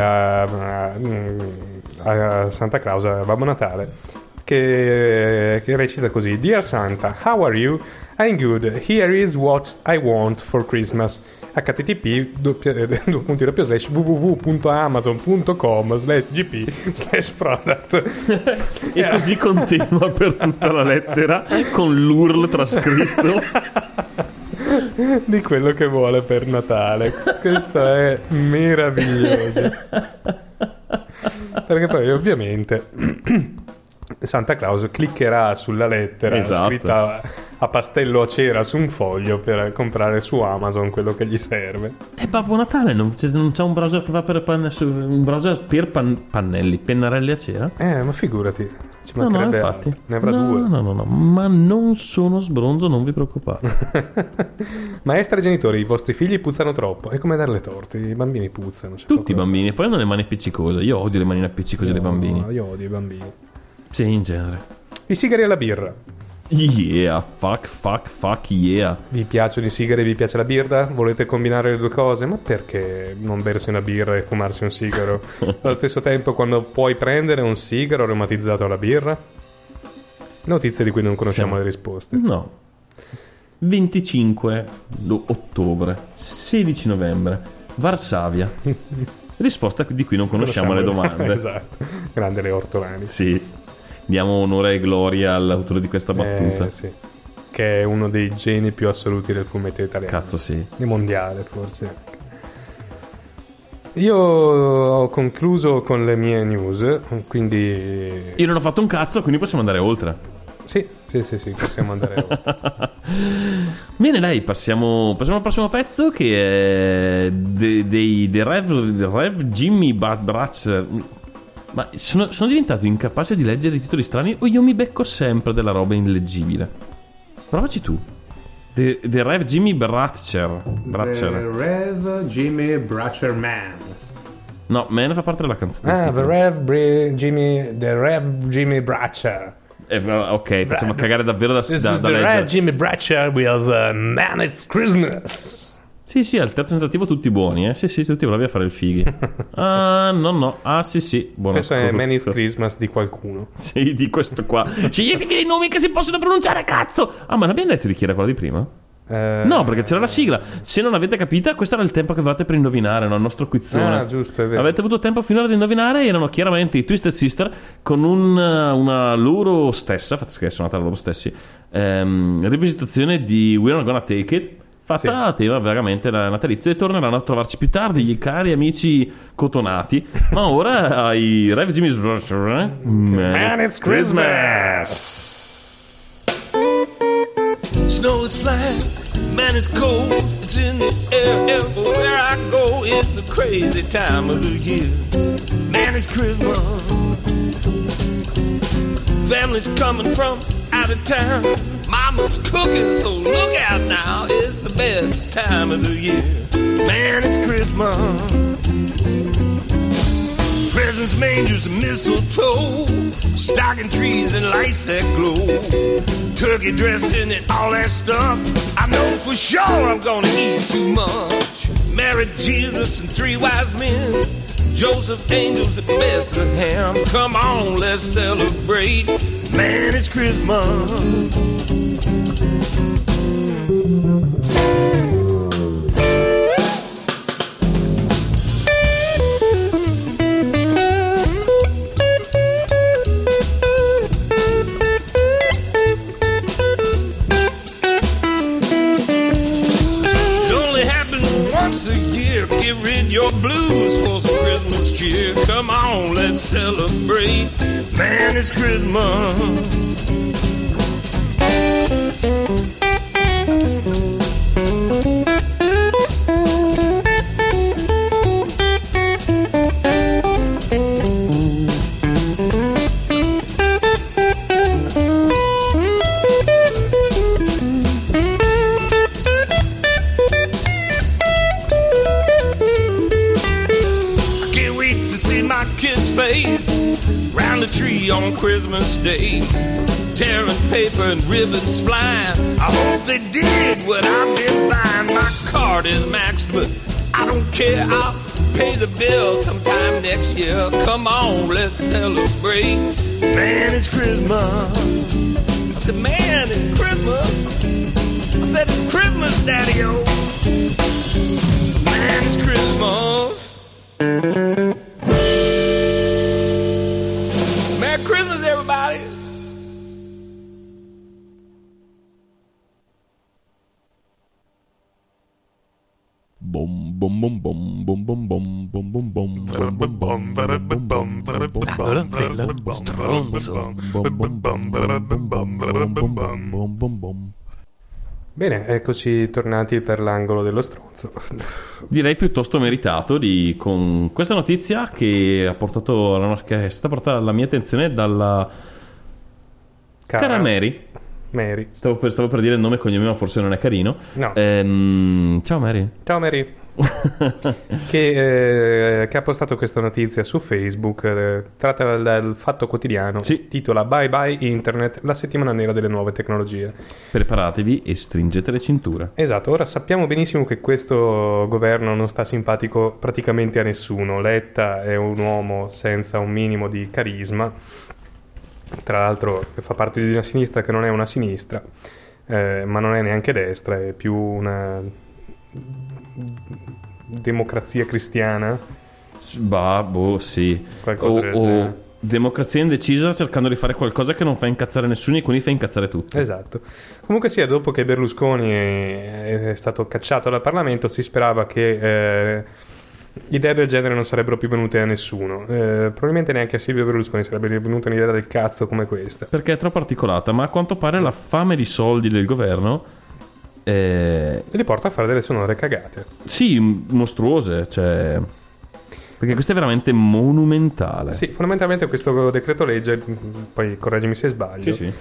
a, a- a Santa Claus, a Babbo Natale, che, che recita così: Dear Santa, how are you? I'm good. Here is what I want for Christmas. H T T P due punti doppio slash w w w punto amazon punto com slash g p slash product. E così continua per tutta la lettera con l'U R L trascritto. Di quello che vuole per Natale. Questo è meraviglioso. Perché poi ovviamente Santa Claus cliccherà sulla lettera Esatto. scritta a pastello a cera su un foglio per comprare su Amazon quello che gli serve. E Babbo Natale non c'è, non c'è un browser che va per panne- su- un browser per pan- pannelli, pennarelli a cera? Eh, ma figurati, ci No, no, mancherebbe infatti. altro. Ne avrà no, due. No, no, no, ma non sono sbronzo, non vi preoccupate. Maestra e genitori, i vostri figli puzzano troppo. È come darle torte, i bambini puzzano. c'è Tutti poco i da bambini, e poi hanno le mani appiccicose. Io odio le mani appiccicose fare. dei bambini. No, io odio i bambini. Sì, in genere. I sigari alla birra. Yeah, fuck, fuck, fuck, yeah. Vi piacciono i sigari e vi piace la birra? Volete combinare le due cose? Ma perché non bersi una birra e fumarsi un sigaro? Allo stesso tempo, quando puoi prendere un sigaro aromatizzato alla birra? Notizie di cui non conosciamo Siamo- le risposte. No. venticinque ottobre, sedici novembre, Varsavia. Risposta di cui non conosciamo, le domande. Esatto. Grande Leo Ortolani. Sì. Diamo onore e gloria all'autore di questa battuta. Eh, sì. Che è uno dei geni più assoluti del fumetto italiano. Cazzo sì. E mondiale, forse. Io ho concluso con le mie news, quindi... Io non ho fatto un cazzo, quindi possiamo andare oltre. Sì, sì, sì, sì, possiamo andare oltre. Bene, dai, passiamo, passiamo al prossimo pezzo, che è dei, dei, dei Rev, Rev Jimmy Bratcher. Ma sono, sono diventato incapace di leggere i titoli strani o io mi becco sempre della roba illeggibile? Provaci tu. The, the Rev Jimmy Bratcher. Bratcher. Rev Jimmy Bratcher Man. No, Man fa parte della canzone. Ah, The Rev Bri- Jimmy The Rev Jimmy Bratcher. Eh, ok, facciamo cagare davvero da, This da, is da the leggere. Rev Jimmy Bratcher with uh, Man It's Christmas. Sì, sì, al terzo tentativo tutti buoni, eh. Sì, sì, tutti bravi a fare il fighi. Ah, no, no. Ah, sì, sì. Buono Questo è ascolto. Man It's Christmas di qualcuno. Sì, di questo qua. Sceglietevi dei nomi che si possono pronunciare, cazzo! Ah, ma non abbiamo detto di chi era quello di prima? Eh, No, perché c'era la sigla. Se non avete capito, questo era il tempo che avevate per indovinare, no? Il nostro quizzone. Ah, giusto, è vero. Avete avuto tempo finora di indovinare. Erano chiaramente i Twisted Sister con un, una loro stessa, infatti che sono nata loro stessi, ehm, rivisitazione di We're Not Gonna Take It, fatta Sì. a tema veramente natalizio, e torneranno a trovarci più tardi gli cari amici cotonati. Ma ora ai Rev Jimmy's Man It's Christmas. Snow is flying, man, it's cold. It's in the air everywhere I go. It's a crazy time of the year. Man, it's Christmas. Families coming from out of town. Mama's cooking, so look out now. It's the best time of the year. Man, it's Christmas. Presents, mangers, and mistletoe, stocking trees and lights that glow, turkey dressing and all that stuff. I know for sure I'm gonna eat too much. Married Jesus and three wise men, Joseph, angels at Bethlehem. Come on, let's celebrate. Man, it's Christmas. Get rid your blues for some Christmas cheer. Come on, let's celebrate. Man, it's Christmas. Round the tree on Christmas Day, tearing paper and ribbons flying. I hope they dig what I've been buying. My card is maxed, but I don't care. I'll pay the bill sometime next year. Come on, let's celebrate. Man, it's Christmas. I said, man, it's Christmas. I said, it's Christmas, Daddy-o. Man, it's Christmas. Merry Christmas, everybody. Bom bom bom bom bom bom bom bom bom bom bom. Bene, eccoci tornati per l'angolo dello stronzo. Direi piuttosto meritato di, con questa notizia che ha portato alla, che è stata portata alla mia attenzione dalla cara, cara Mary. Mary. Stavo per, stavo per dire il nome e cognome, ma forse non è carino. No. Ehm, ciao Mary. Ciao Mary. che, eh, che ha postato questa notizia su Facebook, eh, tratta dal, dal Fatto Quotidiano, Sì. titola Bye bye Internet, la settimana nera delle nuove tecnologie. Preparatevi e stringete le cinture. Esatto, ora sappiamo benissimo che questo governo non sta simpatico praticamente a nessuno. Letta è un uomo senza un minimo di carisma, tra l'altro fa parte di una sinistra che non è una sinistra, eh, ma non è neanche destra, è più una democrazia cristiana, Bah, boh, sì. qualcosa O, del o genere. democrazia indecisa cercando di fare qualcosa che non fa incazzare nessuno e quindi fa incazzare tutti. Esatto. Comunque sia, dopo che Berlusconi è, è stato cacciato dal Parlamento, si sperava che eh, idee del genere non sarebbero più venute a nessuno. Eh, probabilmente neanche a Silvio Berlusconi sarebbe venuta un'idea del cazzo come questa. Perché è troppo articolata, ma a quanto pare la fame di soldi del governo eh, E li porta a fare delle sonore cagate. sì, mostruose, cioè perché questo è veramente monumentale. Sì, fondamentalmente questo decreto legge, poi correggimi se sbaglio, Sì, sì.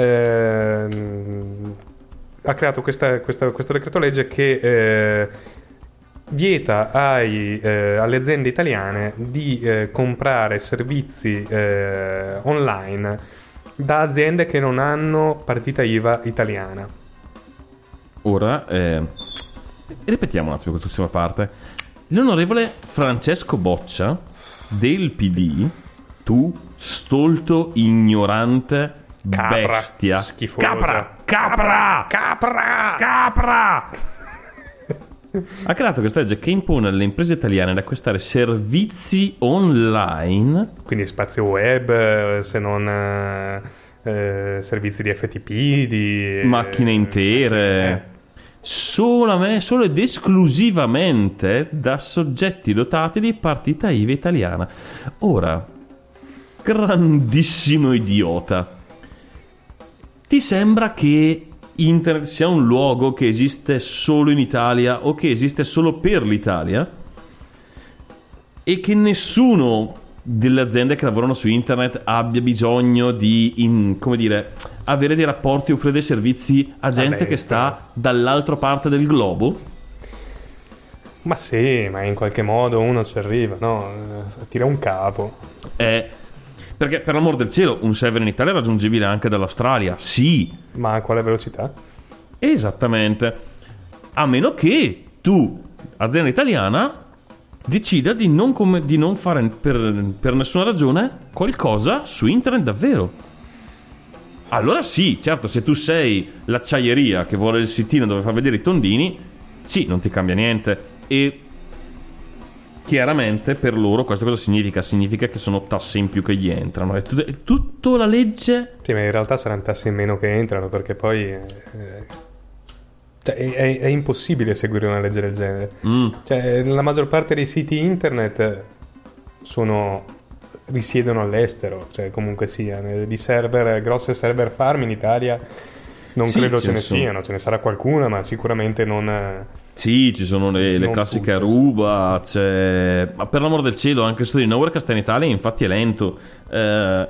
ehm, ha creato questa, questa- questo decreto legge che eh, vieta ai, eh, alle aziende italiane di eh, comprare servizi eh, online da aziende che non hanno partita I V A italiana. Ora, eh, ripetiamo un attimo quest'ultima parte. L'onorevole Francesco Boccia del P D, tu stolto ignorante Capra, bestia, schifosa. capra, capra, Capra! capra, ha creato questa legge che impone alle imprese italiane di acquistare servizi online. Quindi spazio web, eh, se non eh, eh, servizi di F T P, di Macchine intere, macchine- solamente, solo ed esclusivamente da soggetti dotati di partita I V A italiana. Ora, grandissimo idiota, ti sembra che internet sia un luogo che esiste solo in Italia o che esiste solo per l'Italia e che nessuno delle aziende che lavorano su internet abbia bisogno di, in- come dire, avere dei rapporti, offrire dei servizi a gente che All'estero. sta dall'altra parte del globo? Ma sì, ma in qualche modo uno ci arriva, no? Eh, Tira un capo. Eh, perché per l'amor del cielo un server in Italia è raggiungibile anche dall'Australia, sì, Ma a quale velocità? esattamente, a meno che tu, azienda italiana, decida di non, come- di non fare per, per nessuna ragione qualcosa su internet davvero. Allora sì, certo, se tu sei l'acciaieria che vuole il sitino dove fa vedere i tondini, sì, non ti cambia niente. E chiaramente per loro questo cosa significa? Significa che sono tasse in più che gli entrano. È, tut- è tutto la legge. Sì, ma in realtà saranno tasse in meno che entrano, perché poi eh, cioè, è, è- è impossibile seguire una legge del genere. Mm. Cioè, la maggior parte dei siti internet sono risiedono all'estero, cioè comunque sia, ne- di server, grosse server farm in Italia non Sì, credo ce ce ne ne sono. siano, ce ne sarà qualcuna, ma sicuramente non... eh, Sì, ci sono le, le Non classiche tutte. Aruba, c'è... ma per l'amor del cielo anche sto di Nowhere che sta in Italia infatti è lento. Eh,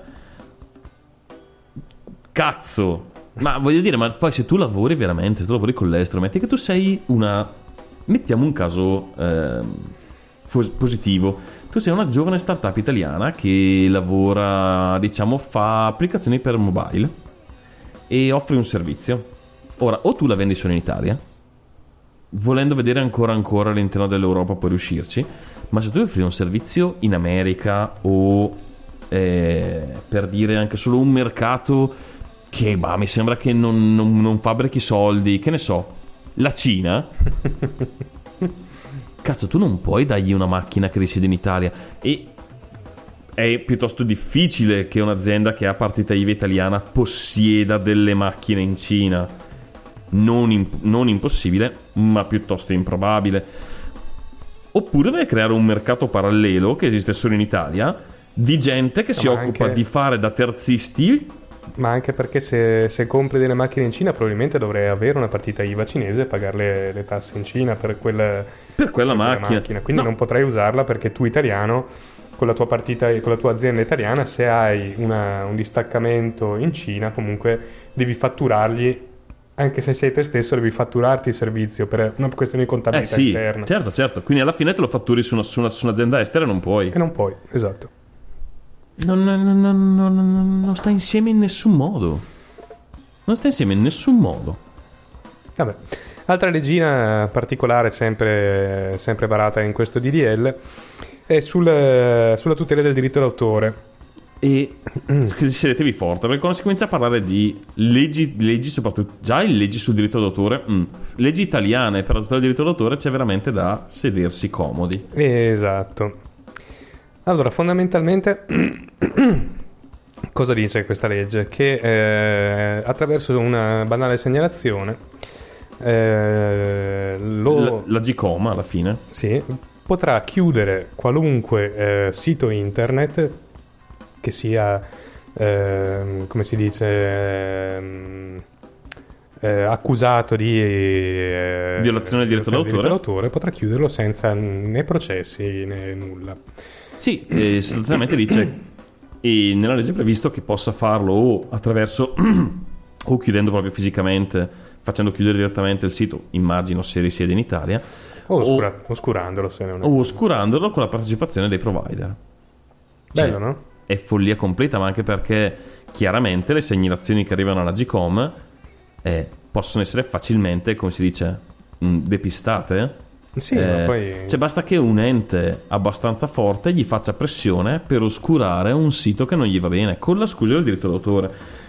Cazzo, ma voglio dire, ma poi se tu lavori veramente, se tu lavori con l'estero, metti che tu sei una, mettiamo un caso ehm, fos- positivo, tu sei una giovane startup italiana che lavora, diciamo, fa applicazioni per mobile e offri un servizio. Ora, o tu la vendi solo in Italia, volendo vedere ancora ancora all'interno dell'Europa puoi riuscirci, ma se tu offri un servizio in America o eh, per dire anche solo un mercato che bah, mi sembra che non, non, non fabbrichi soldi, che ne so, la Cina, cazzo, tu non puoi dargli una macchina che risiede in Italia. E è piuttosto difficile che un'azienda che ha partita I V A italiana possieda delle macchine in Cina. Non, imp- non impossibile, ma piuttosto improbabile. Oppure deve creare un mercato parallelo che esiste solo in Italia di gente che No, si ma occupa anche- di fare da terzisti. Ma anche perché se, se compri delle macchine in Cina probabilmente dovrei avere una partita I V A cinese e pagare le, le tasse in Cina per, quel, Per quella per macchina. Quindi No. non potrai usarla perché tu italiano, con la tua partita, con la tua azienda italiana, se hai una- un distaccamento in Cina, comunque devi fatturargli Anche se sei te stesso, devi fatturarti il servizio per una questione di Eh contabilità sì, interna. certo, certo. Quindi alla fine te lo fatturi su, una, su, una, su un'azienda estera e non puoi. E non puoi, esatto. Non, non, non, non, non, non sta insieme in nessun modo. Non sta insieme in nessun modo. Vabbè. Altra leggina particolare, sempre, sempre varata in questo D D L, è sul, sulla tutela del diritto d'autore. E sedetevi forte, perché quando si comincia a parlare di leggi, leggi soprattutto già in leggi sul diritto d'autore, mh, leggi italiane per la tutela del diritto d'autore, c'è veramente da sedersi comodi. Esatto. Allora, fondamentalmente cosa dice questa legge? Che eh, attraverso una banale segnalazione eh, lo, La, la GCOM alla fine sì, potrà chiudere qualunque eh, sito internet che sia, eh, come si dice, eh, eh, accusato di eh, violazione del diritto d'autore. d'autore, potrà chiuderlo senza né processi né nulla. Sì, eh, sostanzialmente dice, e nella legge è previsto che possa farlo o attraverso o chiudendo proprio fisicamente, facendo chiudere direttamente il sito, immagino se risiede in Italia, O, o, oscura- oscurandolo se non è. o oscurandolo con la partecipazione dei provider. Bello, Cioè, no? È follia completa, ma anche perché chiaramente le segnalazioni che arrivano alla GCOM eh, possono essere facilmente, come si dice, mh, depistate. Sì, Eh, ma poi Cioè basta che un ente abbastanza forte gli faccia pressione per oscurare un sito che non gli va bene, con la scusa del diritto d'autore.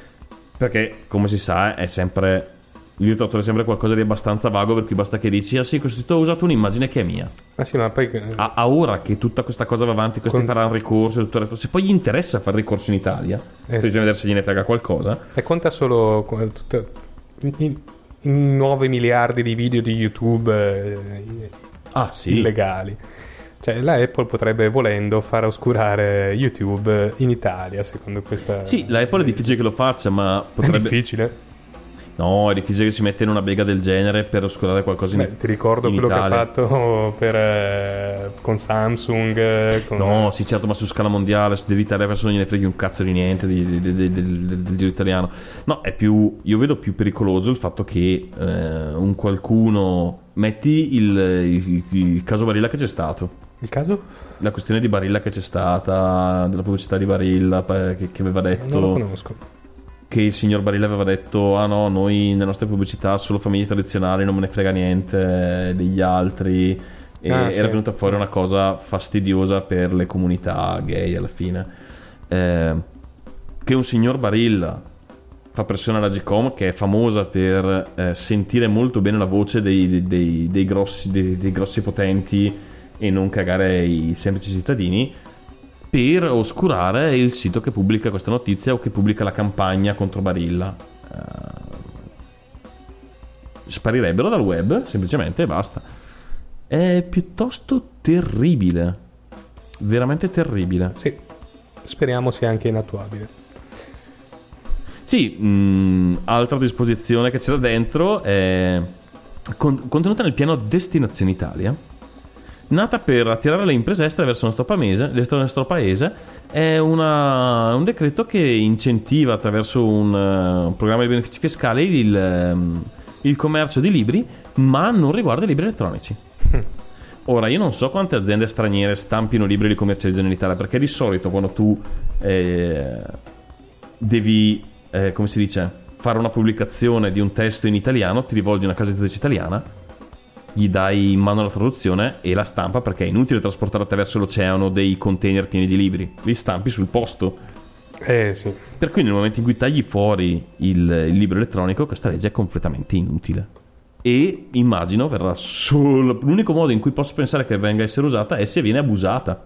Perché, come si sa, è sempre... il diritto d'autore è sempre qualcosa di abbastanza vago, per cui basta che dici, ah sì, questo sito ho usato un'immagine che è mia. ah, sì, ma poi A, a ora che tutta questa cosa va avanti, questi Con- faranno ricorso e tutto il resto, se poi gli interessa fare ricorso in Italia, Eh, bisogna sì. vedere se gliene frega qualcosa. e conta solo qu- tutte- i, i- i nove miliardi di video di YouTube eh, Ah sì, illegali. Cioè, la Apple potrebbe, volendo, far oscurare YouTube in Italia, secondo questa... sì, la Apple è difficile che lo faccia, ma È potrebbe... difficile. No, è difficile che si metta in una bega del genere per oscurare qualcosa in Beh, ti ricordo in quello Italia. che ha fatto per, eh, con Samsung. eh, Con... No, sì, certo, ma su scala mondiale, dell'Italia verso non gliene freghi un cazzo di niente di- di- di- di- del, del, del diritto italiano. No, è più, io vedo più pericoloso il fatto che eh, un qualcuno metti il, il, il caso Barilla che c'è stato. Il caso? La questione di Barilla che c'è stata, della pubblicità di Barilla eh, che, che aveva detto Non lo conosco. che il signor Barilla aveva detto ah no, noi nelle nostre pubblicità solo famiglie tradizionali, non me ne frega niente degli altri, e Ah, era sì. venuta fuori una cosa fastidiosa per le comunità gay alla fine. Eh, che un signor Barilla fa pressione alla GCOM, che è famosa per eh, sentire molto bene la voce dei, dei, dei, dei grossi, dei, dei grossi potenti e non cagare i semplici cittadini, per oscurare il sito che pubblica questa notizia o che pubblica la campagna contro Barilla. Uh, sparirebbero dal web semplicemente e basta. È piuttosto terribile, veramente terribile. Sì, speriamo sia anche inattuabile. Sì, mh, altra disposizione che c'era dentro è con- contenuta nel piano Destinazione Italia, nata per attirare le imprese estere verso il nostro paese, verso il nostro paese. È una, un decreto che incentiva attraverso un, uh, un programma di benefici fiscali il, um, il commercio di libri, ma non riguarda i libri elettronici. Ora, io non so quante aziende straniere stampino libri e li commercializzano in Italia, perché di solito quando tu eh, devi, eh, come si dice, fare una pubblicazione di un testo in italiano, ti rivolgi a una casa editrice italiana, gli dai in mano la traduzione e la stampa, perché è inutile trasportare attraverso l'oceano dei container pieni di libri, li stampi sul posto. Eh sì. Per cui nel momento in cui tagli fuori il, il libro elettronico, questa legge è completamente inutile. E immagino verrà solo... l'unico modo in cui posso pensare che venga a essere usata è se viene abusata.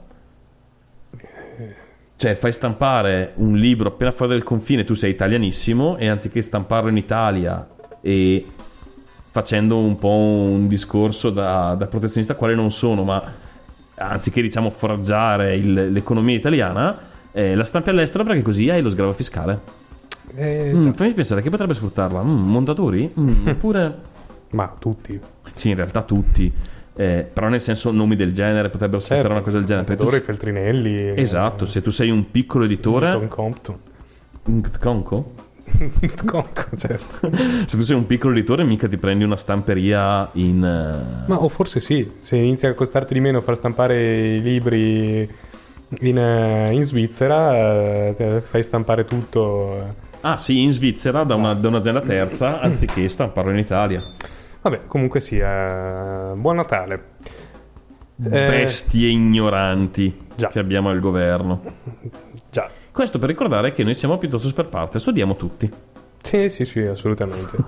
Cioè, fai stampare un libro appena fuori dal confine, tu sei italianissimo, e anziché stamparlo in Italia e facendo un po' un discorso da, da protezionista, quale non sono, ma anziché, diciamo, foraggiare il, l'economia italiana, eh, la stampi all'estero, perché così hai lo sgravo fiscale. Eh, Mm, già. fammi pensare, chi potrebbe sfruttarla? Mm, montatori? Mm, oppure... Ma tutti. Sì, in realtà tutti, eh, però nel senso nomi del genere potrebbero sfruttare Certo. una cosa del genere. Perché tu Montatori, se- Feltrinelli. Esatto, se tu sei un piccolo Tom editore... Compton. Un Conco? Conco, certo. Se tu sei un piccolo editore mica ti prendi una stamperia in... eh, Ma o forse sì, se inizia a costarti di meno far stampare i libri in, eh, in Svizzera, eh, te fai stampare tutto. Ah sì, in Svizzera da, una, da un'azienda terza anziché stamparlo in Italia. Vabbè, comunque sia, buon Natale. Eh, Bestie ignoranti già. che abbiamo al governo. Già. Questo per ricordare che noi siamo piuttosto per parte, studiamo tutti. Sì, sì, sì, assolutamente.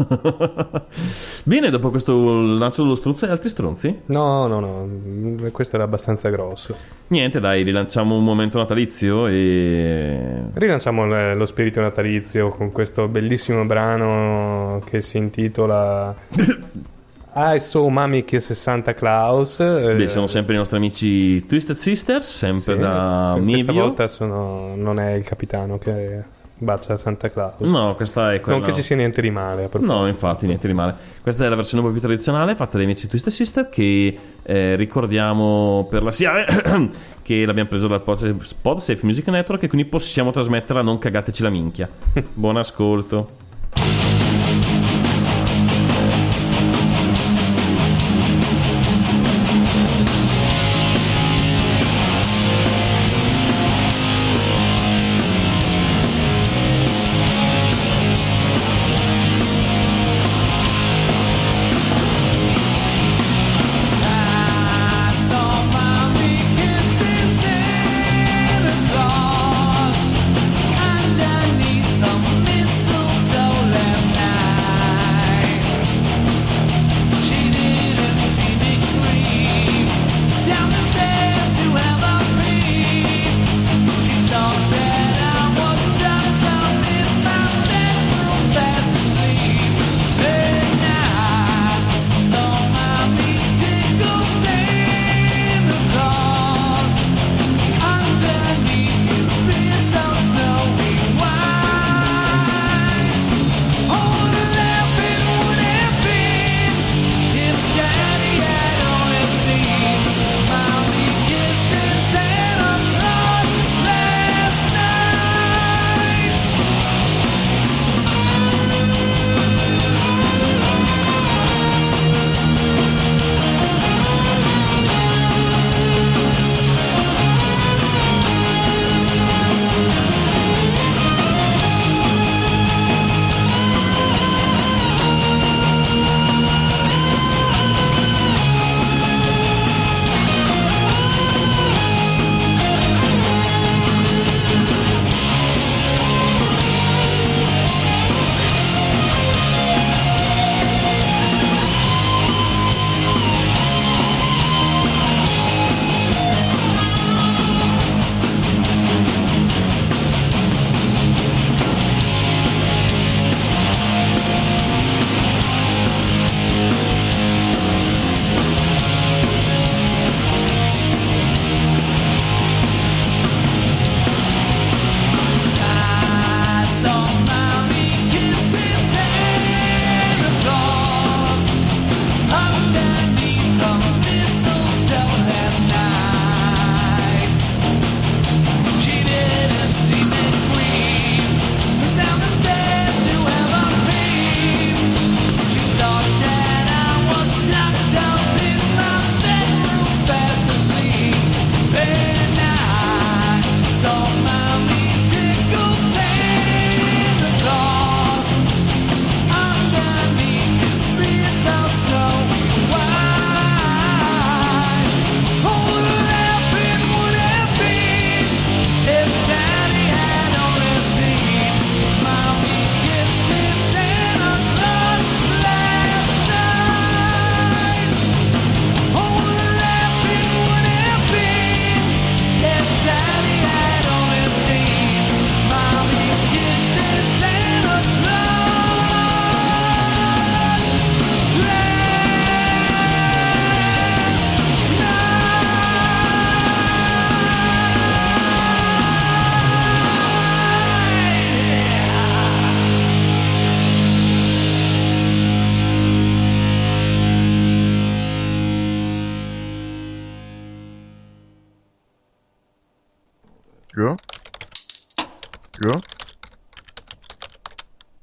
Bene, dopo questo lancio dello struzzo e altri stronzi? No, no, no, questo era abbastanza grosso. Niente, dai, rilanciamo un momento natalizio e... Rilanciamo l- lo spirito natalizio con questo bellissimo brano che si intitola I Saw Mommy Kiss Santa Claus. Beh, sono sempre i nostri amici Twisted Sisters, sempre Sì, da questa Mivio. volta sono, non è il capitano che bacia Santa Claus. No, questa è quella... Non che ci sia niente di male a proposito. No, infatti, niente di male. Questa è la versione un po' più tradizionale, fatta dai amici Twisted Sister, che eh, ricordiamo per la S I A E che l'abbiamo preso dal Pod- PodSafe Music Network e quindi possiamo trasmetterla, non cagateci la minchia. Buon ascolto. Ja? Ja?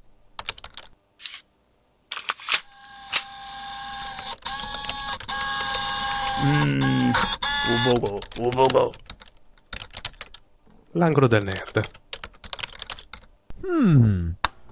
Ubogo, ubogo. L'angolo del nerd. Hmm.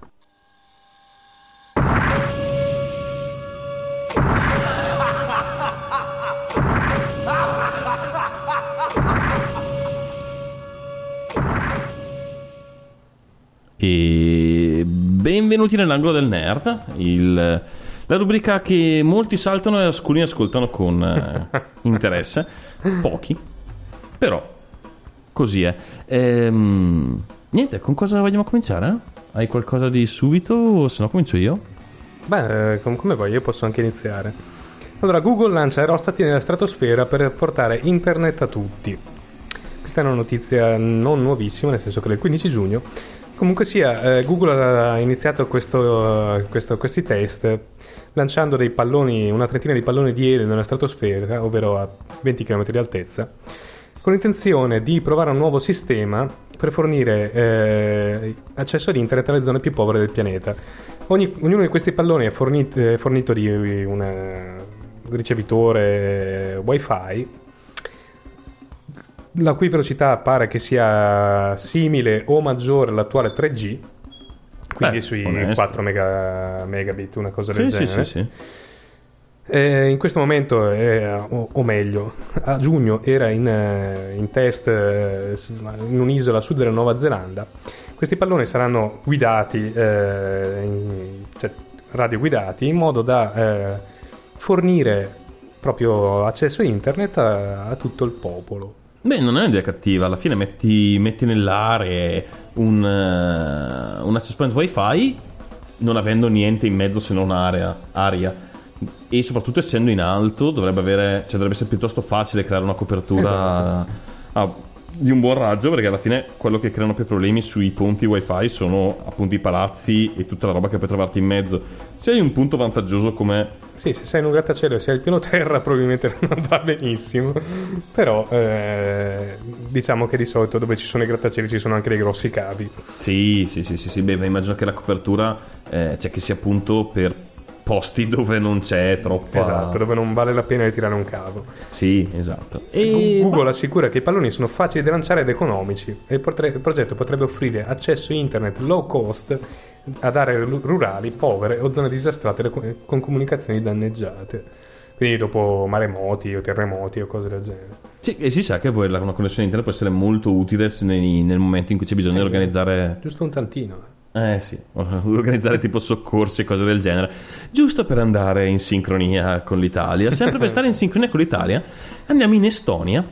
E benvenuti nell'angolo del nerd, il, la rubrica che molti saltano e alcuni ascoltano con eh, interesse, pochi, però così è. Ehm, niente, con cosa vogliamo cominciare? Hai qualcosa di subito o se no comincio io? Beh, com- come vuoi, io posso anche iniziare. Allora, Google lancia aerostati nella stratosfera per portare internet a tutti. Questa è una notizia non nuovissima, nel senso che del quindici giugno. Comunque sia, eh, Google ha iniziato questo, uh, questo, questi test lanciando dei palloni, una trentina di palloni di elio nella stratosfera, ovvero a venti chilometri di altezza, con l'intenzione di provare un nuovo sistema per fornire eh, accesso ad internet alle zone più povere del pianeta. Ogni, ognuno di questi palloni è fornito, è fornito di un ricevitore wifi, la cui velocità pare che sia simile o maggiore all'attuale tre G, quindi Beh, sui onesto. quattro mega, megabit, una cosa Sì, del sì, genere. sì, sì. Eh, in questo momento, è, o, o meglio, a giugno era in, eh, in test eh, in un'isola a sud della Nuova Zelanda. Questi palloni saranno guidati, eh, in, cioè radioguidati, in modo da eh, fornire proprio accesso a internet a, a tutto il popolo. Beh, non è un'idea cattiva, alla fine metti, metti nell'area un, uh, un access point wifi non avendo niente in mezzo se non area, aria, e soprattutto essendo in alto dovrebbe avere, cioè dovrebbe essere piuttosto facile creare una copertura Esatto. a, di un buon raggio, perché alla fine quello che creano più problemi sui ponti wifi sono appunto i palazzi e tutta la roba che puoi trovarti in mezzo. Se hai un punto vantaggioso come... Sì, se sei in un grattacielo e sei al piano terra probabilmente non va benissimo, però eh, diciamo che di solito dove ci sono i grattacieli ci sono anche dei grossi cavi. Sì, sì, sì, sì, sì. Beh, ma immagino che la copertura eh, cioè che sia appunto per posti dove non c'è troppa... Esatto, dove non vale la pena di tirare un cavo. Sì, esatto. E Google assicura che i palloni sono facili da lanciare ed economici e il, potre- il progetto potrebbe offrire accesso internet low cost ad aree rurali, povere o zone disastrate con comunicazioni danneggiate. Quindi dopo maremoti o terremoti o cose del genere. Sì, e si sa che poi la- una connessione internet può essere molto utile se nei- nel momento in cui c'è bisogno di organizzare... Giusto un tantino. Eh sì, organizzare tipo soccorsi e cose del genere, giusto per andare in sincronia con l'Italia. Sempre per stare in sincronia con l'Italia andiamo in Estonia,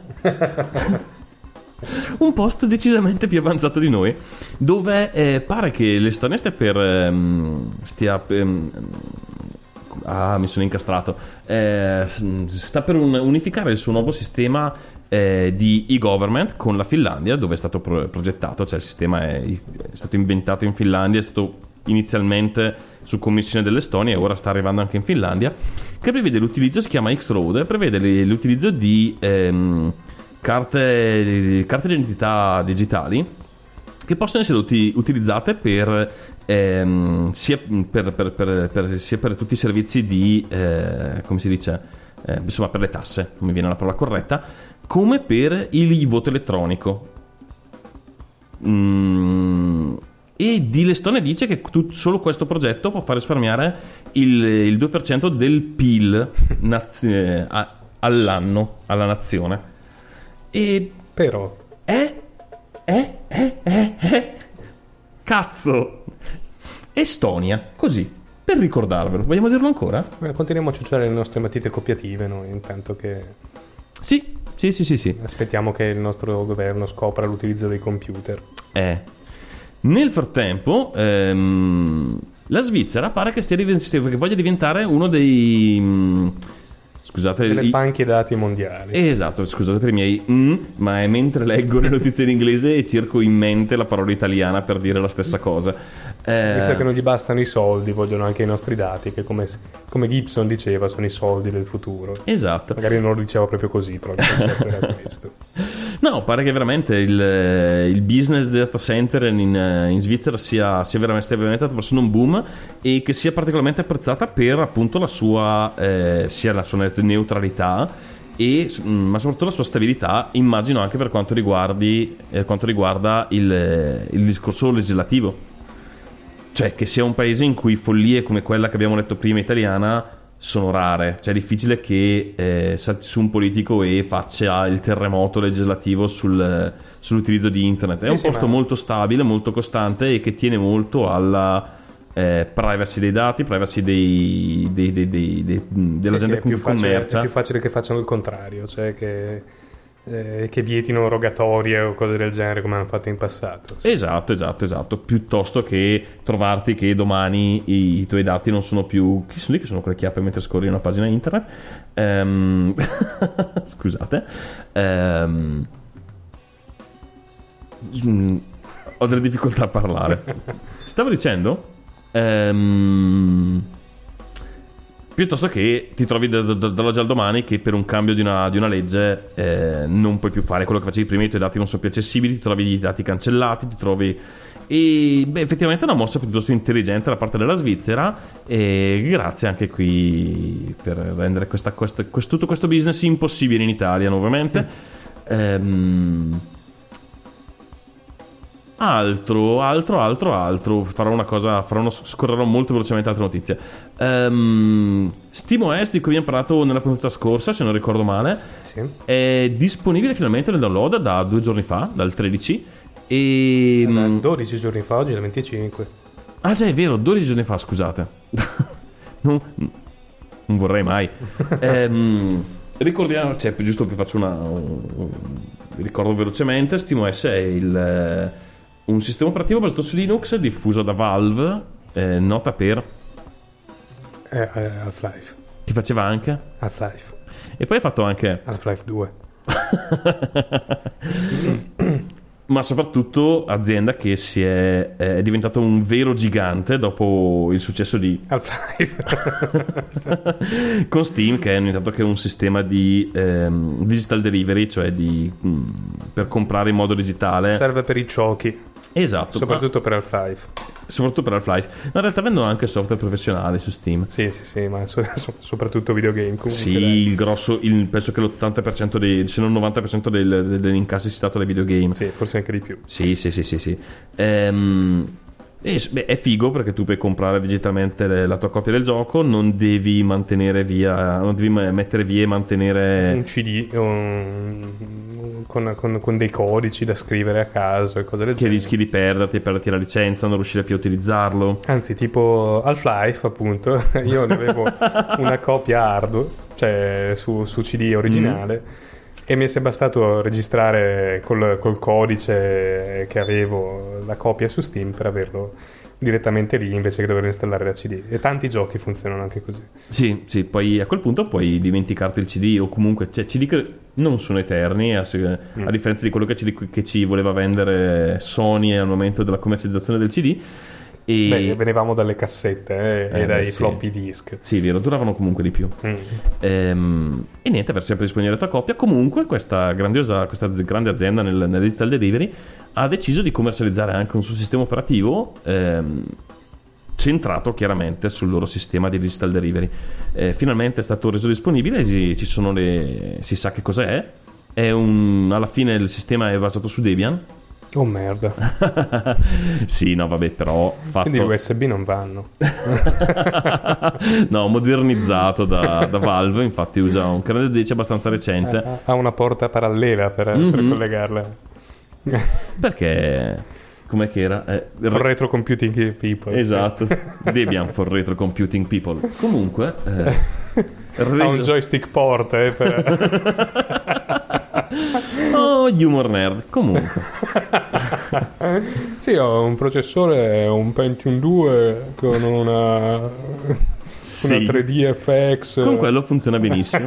un posto decisamente più avanzato di noi, dove eh, pare che l'Estonia stia per ehm, stia ehm, ah mi sono incastrato eh, sta per un, unificare il suo nuovo sistema eh, di e-government con la Finlandia, dove è stato pro- progettato, cioè il sistema è, è stato inventato in Finlandia, è stato inizialmente su commissione dell'Estonia e ora sta arrivando anche in Finlandia, che prevede l'utilizzo, si chiama X-Road, prevede l'utilizzo di ehm, carte, carte di identità digitali che possono essere uti- utilizzate per, ehm, sia, per, per, per, per, sia per tutti i servizi di, eh, come si dice, eh, insomma per le tasse, non mi viene la parola corretta, come per il voto elettronico. Mm, e di l'Estonia dice che tu, solo questo progetto può far risparmiare il, il due per cento del P I L naz- eh, a- all'anno alla nazione. E Però eh, eh, eh, eh, eh. Cazzo. Estonia, così, per ricordarvelo. Vogliamo dirlo ancora? eh, continuiamo a ciucciare le nostre matite copiative noi, intanto che Sì, sì, sì, sì, sì. aspettiamo che il nostro governo scopra l'utilizzo dei computer. Eh. Nel frattempo, ehm, la Svizzera pare che, stia diven- che voglia diventare uno dei... mh, scusate... Delle i- banche dati mondiali. Esatto, scusate per i miei mm, ma è mentre leggo le notizie in inglese e cerco in mente la parola italiana per dire la stessa cosa. Eh, Visto che non gli bastano i soldi, vogliono anche i nostri dati, che come, come Gibson diceva sono i soldi del futuro. Esatto. Magari non lo diceva proprio così, però il concetto era questo. No, pare che veramente il, il business data center in, in Svizzera sia, sia veramente, stia veramente attraversando un boom e che sia particolarmente apprezzata per appunto la sua, eh, sia la sua neutralità e, ma soprattutto la sua stabilità, immagino anche per quanto riguardi eh, quanto riguarda il, il discorso legislativo, cioè che sia un paese in cui follie come quella che abbiamo letto prima italiana sono rare, cioè è difficile che eh, salti su un politico e faccia il terremoto legislativo sul, sull'utilizzo di internet. È sì, un sì, posto ma... molto stabile, molto costante e che tiene molto alla Eh, privacy dei dati, privacy dei, dei, dei, dei, dei, della sì, gente sì, con è cui più facile, commercia. è più facile che facciano il contrario, cioè che, eh, che vietino rogatorie o cose del genere come hanno fatto in passato. Sì. Esatto, esatto, esatto. Piuttosto che trovarti che domani i, i tuoi dati non sono più. Chi sono lì che sono quelle chiappe mentre scorri una pagina internet? Um... Scusate. Um... Ho delle difficoltà a parlare. Stavo dicendo. Um, piuttosto che ti trovi da, da, dall'oggi al domani che per un cambio di una, di una legge eh, non puoi più fare quello che facevi prima, i tuoi dati non sono più accessibili, ti trovi i dati cancellati, ti trovi e beh, effettivamente è una mossa piuttosto intelligente da parte della Svizzera, e grazie anche qui per rendere questa, questa, questo, tutto questo business impossibile in Italia nuovamente. um, Altro, altro, altro, altro. Farò una cosa, farò uno, scorrerò molto velocemente altre notizie. Um, SteamOS, di cui abbiamo parlato nella puntata scorsa, se non ricordo male, Sì. è disponibile finalmente nel download da due giorni fa, dal tredici. E Da dodici giorni fa, oggi è il venticinque. ah, già è vero, dodici giorni fa, scusate. non, non vorrei mai. um, ricordiamo, cioè, giusto vi faccio una. Vi ricordo velocemente: SteamOS è il. un sistema operativo basato su Linux, diffuso da Valve, eh, nota per Eh, eh, Half-Life. chi faceva anche Half-Life. e poi ha fatto anche Half-Life due. ma soprattutto azienda che si è, è diventato un vero gigante dopo il successo di Half-Life. con Steam, che è intanto che è un sistema di ehm, digital delivery, cioè di mh, per comprare in modo digitale. Serve per i giochi, Esatto, soprattutto per Half-Life. soprattutto per Half-Life. Ma in realtà vendono anche software professionali su Steam. Sì, sì, sì, ma so- so- soprattutto videogame comunque. Sì, dai. il grosso, il, penso che l'ottanta per cento dei, se non il novanta per cento del, del, degli incassi sia stato dai videogame. Sì, forse anche di più. Sì, sì, sì, sì, sì. Ehm, e, beh, è figo perché tu puoi comprare digitalmente le- la tua copia del gioco, non devi mantenere via, non devi ma- mettere via e mantenere. Un C D un- con, con- con dei codici da scrivere a caso e cose del Che genere. rischi di perderti, perderti la licenza, non riuscire più a utilizzarlo. Anzi, tipo Half-Life, appunto, io ne avevo una copia hard, cioè su, su C D originale, e mi è bastato registrare col, col codice che avevo la copia su Steam per averlo direttamente lì invece che dover installare la C D. E tanti giochi funzionano anche così. Sì, sì, poi a quel punto puoi dimenticarti il C D, o comunque cioè, C D che non sono eterni, a, se- a differenza di quello che ci, che ci voleva vendere Sony al momento della commercializzazione del C D. E Beh, venivamo dalle cassette eh, Eh, e dai beh, sì. floppy disk. sì, vero, duravano comunque di più. Mm. Ehm, e niente, per sempre disponibile la tua coppia. Comunque questa grandiosa, questa az- grande azienda nel, nel digital delivery ha deciso di commercializzare anche un suo sistema operativo ehm, centrato chiaramente sul loro sistema di digital delivery. Eh, finalmente è stato reso disponibile, ci, ci sono le, si sa che cos'è. È un, alla fine il sistema è basato su Debian. Oh merda. Sì, no, vabbè, però fatto Quindi U S B non vanno. no, modernizzato da, da Valve, infatti usa un kernel dieci abbastanza recente. Ha- Ha una porta parallela per, Mhm. per collegarla. Perché com'è che era? Eh, For retro computing people. esatto, Debian for retro computing people. Comunque eh, Ha un reso- joystick port eh, per... oh, humor nerd. Comunque Sì, ho un processore, un Pentium due con una, sì, una tre D F X, con quello funziona benissimo.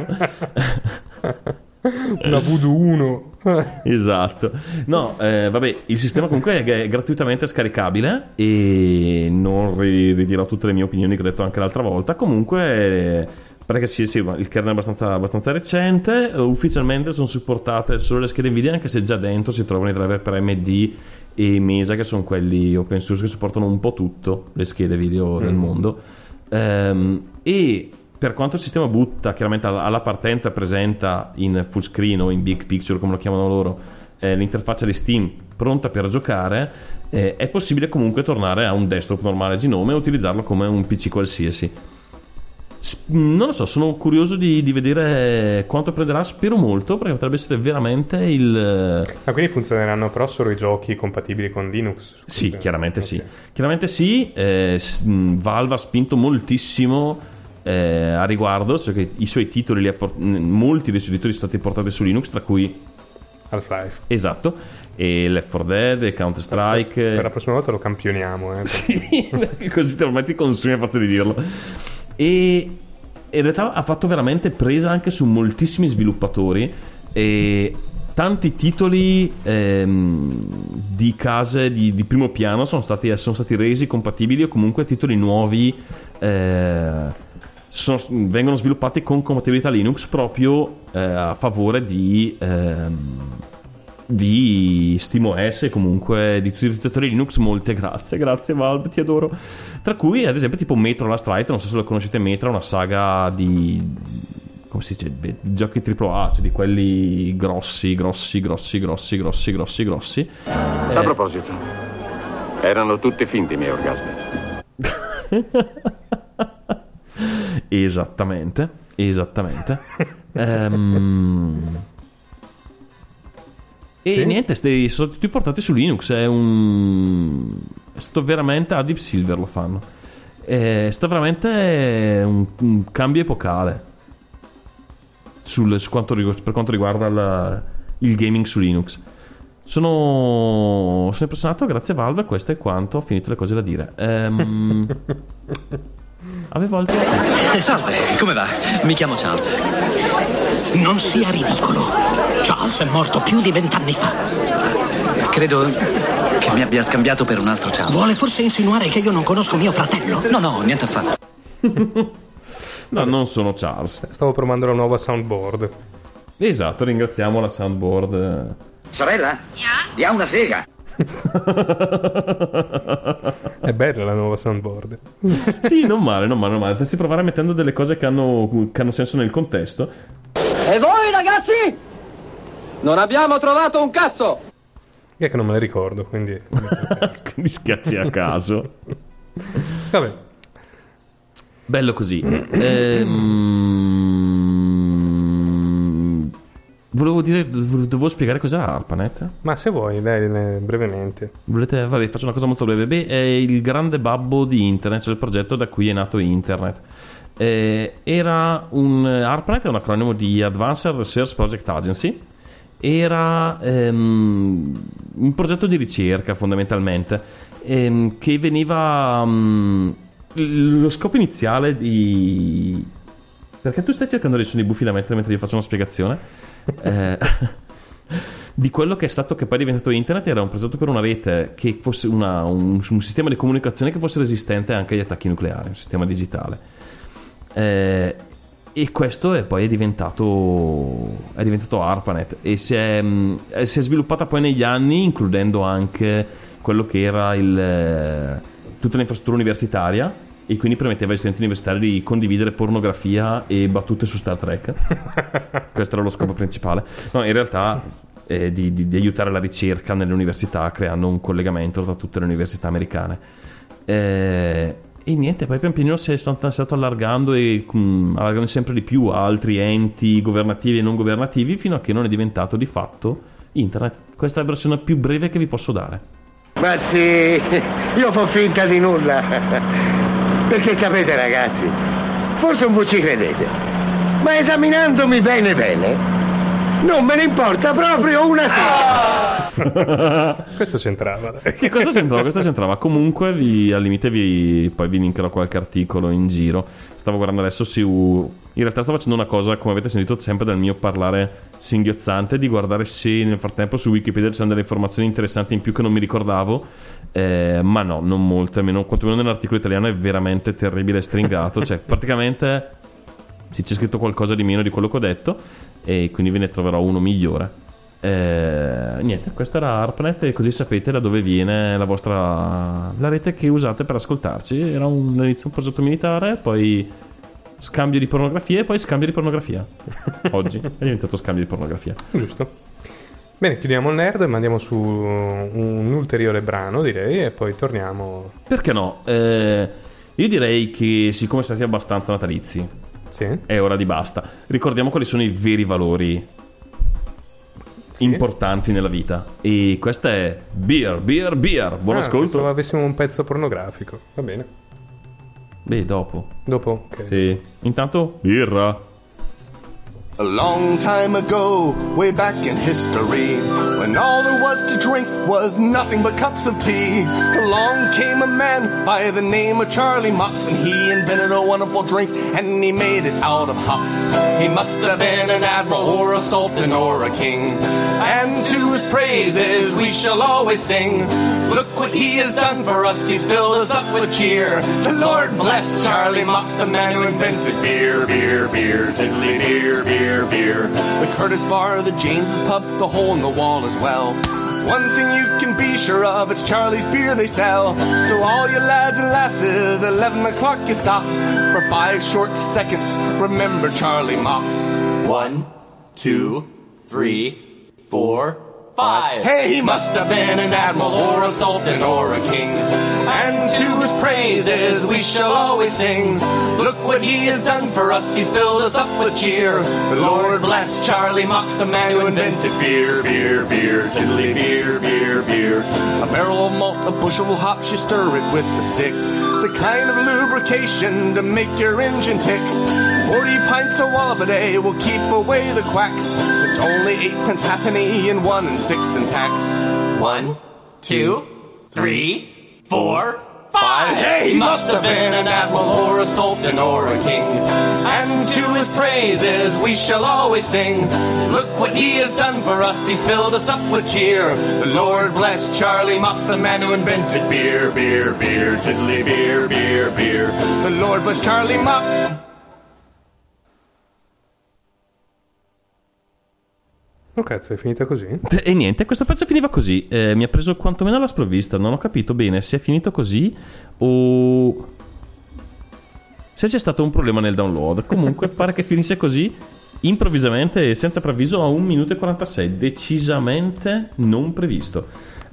una Voodoo uno. Esatto. No, eh, vabbè, il sistema comunque è, è gratuitamente scaricabile e non ri- ridirò tutte le mie opinioni che ho detto anche l'altra volta. Comunque, eh, perché sì, sì, il kernel è abbastanza, abbastanza recente, eh, ufficialmente sono supportate solo le schede Nvidia, anche se già dentro si trovano i driver per A M D e Mesa, che sono quelli open source che supportano un po' tutto le schede video del Mm. mondo. Ehm, e per quanto il sistema butta, chiaramente alla alla partenza presenta in full screen o in big picture, come lo chiamano loro, eh, l'interfaccia di Steam pronta per giocare, eh, è possibile comunque tornare a un desktop normale Gnome e utilizzarlo come un P C qualsiasi. S- non lo so, sono curioso di, di vedere quanto prenderà, spero molto, perché potrebbe essere veramente il... Ah, quindi funzioneranno però solo i giochi compatibili con Linux? Sì, Scusate. chiaramente Ok. sì. Chiaramente sì, eh, s- mh, Valve ha spinto moltissimo eh, a riguardo, cioè che i suoi titoli, li ha port- mh, molti dei suoi titoli sono stati portati su Linux, tra cui, Half-Life. esatto, e Left four Dead, e Counter Strike. Per la prossima volta lo campioniamo, eh. Sì, perché così te ormai ti consumi a forza di dirlo. E in realtà ha fatto veramente presa anche su moltissimi sviluppatori, e tanti titoli ehm, di case di, di primo piano sono stati, sono stati resi compatibili, o comunque titoli nuovi eh, sono- vengono sviluppati con compatibilità Linux proprio eh, a favore di ehm, di SteamOS e comunque di tutti gli utilizzatori Linux. Molte grazie, grazie Valve, ti adoro. Tra cui ad esempio tipo Metro Last Light, non so se lo conoscete. Metro è una saga di, come si dice, beh, giochi tripla A, cioè di quelli grossi, grossi, grossi, grossi, grossi, grossi, grossi. A proposito, erano tutti finti i miei orgasmi. Esattamente, esattamente. Ehm, E Sì. niente, sti- sono tutti portati su Linux. È un. È stato veramente. A Deep Silver lo fanno. È stato veramente un, un cambio epocale sul, su quanto, rigu- per quanto riguarda la- il gaming su Linux. Sono, sono impressionato, grazie a Valve. Questo è quanto. Ho finito le cose da dire. Ehm, avevo altri. Eh, Salve, come va? Mi chiamo Charles. Non sia ridicolo. Charles è morto più di vent'anni fa. Credo che mi abbia scambiato per un altro Charles. Vuole forse insinuare che io non conosco mio fratello? No, no, niente affatto. No, non sono Charles. Stavo provando la nuova soundboard. Esatto, ringraziamo la soundboard. Sorella? Ti ha una sega. È bella la nuova soundboard. Sì, non male, non male, non male. Potresti provare mettendo delle cose che hanno, che hanno senso nel contesto. E voi ragazzi? Non abbiamo trovato un cazzo! È che non me le ricordo, quindi... Quindi schiacci a caso. Vabbè. Bello così. Ehm... Volevo dire, dovevo spiegare cos'è ARPANET. Ma se vuoi, dai, ne- brevemente. Volete? Vabbè, faccio una cosa molto breve. Beh, è il grande babbo di internet, cioè il progetto da cui è nato internet. Eh, era un ARPANET è un acronimo di Advanced Research Project Agency. Era ehm, un progetto di ricerca fondamentalmente, ehm, che veniva um, lo scopo iniziale di... Perché tu stai cercando dei suoni buffi da mettere mentre io faccio una spiegazione? Eh, di quello che è stato, che poi è diventato internet. Era un progetto per una rete che fosse una, un, un sistema di comunicazione che fosse resistente anche agli attacchi nucleari, un sistema digitale. Eh, e questo è poi è diventato è diventato ARPANET, e si è, mh, si è sviluppata poi negli anni, includendo anche quello che era il, eh, tutta l'infrastruttura universitaria, e quindi permetteva agli studenti universitari di condividere pornografia e battute su Star Trek. Questo era lo scopo principale. No, in realtà eh, di, di, di aiutare la ricerca nelle università, creando un collegamento tra tutte le università americane. Eh, E niente, poi pian piano si è stato, si è stato allargando e um, allargando sempre di più a altri enti governativi e non governativi, fino a che non è diventato di fatto internet. Questa è la versione più breve che vi posso dare. Ma sì, io fa finta di nulla. Perché sapete ragazzi, forse un po' ci credete, ma esaminandomi bene bene, non me ne importa proprio una sega. Questo c'entrava. dai. Sì, questo c'entrava, questo c'entrava. Comunque vi, al limite vi, poi vi linkerò qualche articolo in giro. Stavo guardando adesso su... In realtà sto facendo una cosa, come avete sentito sempre dal mio parlare singhiozzante, di guardare se nel frattempo su Wikipedia ci sono delle informazioni interessanti in più che non mi ricordavo. Eh, ma no, non molte, almeno quantomeno nell'articolo italiano è veramente terribile e stringato. Cioè praticamente sì, c'è scritto qualcosa di meno di quello che ho detto, e quindi ve ne troverò uno migliore. Eh, niente, questo era ARPANET, e così sapete da dove viene la vostra la rete che usate per ascoltarci. Era un, all'inizio un progetto militare, poi scambio di pornografia e poi scambio di pornografia. Oggi è diventato scambio di pornografia. Giusto. Bene, chiudiamo il nerd e mandiamo su un ulteriore brano, direi, e poi torniamo. Perché no? Eh, io direi che siccome siamo stati abbastanza natalizi, sì, è ora di basta. Ricordiamo quali sono i veri valori, sì, importanti nella vita. E questa è Beer, Beer, Beer. Buon ah, ascolto. Pensavo avessimo un pezzo pornografico. Va bene. Beh, dopo. Dopo? Okay. Sì. Intanto, birra. A long time ago, way back in history, when all there was to drink was nothing but cups of tea, along came a man by the name of Charlie Mops, and he invented a wonderful drink, and he made it out of hops. He must have been an admiral or a sultan or a king, and to his praises we shall always sing. Look what he has done for us, he's filled us up with cheer. The Lord bless Charlie Mops, the man who invented beer, beer, beer, tiddly beer, beer. Beer, beer. The Curtis Bar, the James's Pub, the hole in the wall as well. One thing you can be sure of, it's Charlie's beer they sell. So all you lads and lasses, eleven o'clock you stop. For five short seconds, remember Charlie Mops. One, two, three, four, five. Hey, he must have been an admiral or a sultan or a king, and to his praises we shall always sing. Look what he has done for us, he's filled us up with cheer. The Lord bless Charlie Mops, the man who invented beer, beer, beer, tiddly beer, beer, beer. A barrel of malt, a bushel of hops, you stir it with a stick, the kind of lubrication to make your engine tick. Forty pints of wallop a day will keep away the quacks. It's only eight pence halfpenny and one and six in tax. One, two, three, four, five. Hey, he must have been an admiral or a sultan or a king, and to his praises we shall always sing. Look what he has done for us, he's filled us up with cheer. The Lord bless Charlie Mops, the man who invented beer, beer, beer, tiddly beer, beer, beer. The Lord bless Charlie Mops. Oh cazzo, è finita così? E niente, questo pezzo finiva così. Eh, mi ha preso quantomeno la sprovvista. Non ho capito bene se è finito così o se c'è stato un problema nel download. Comunque pare che finisse così, improvvisamente e senza preavviso, a un minuto e quarantasei. Decisamente non previsto.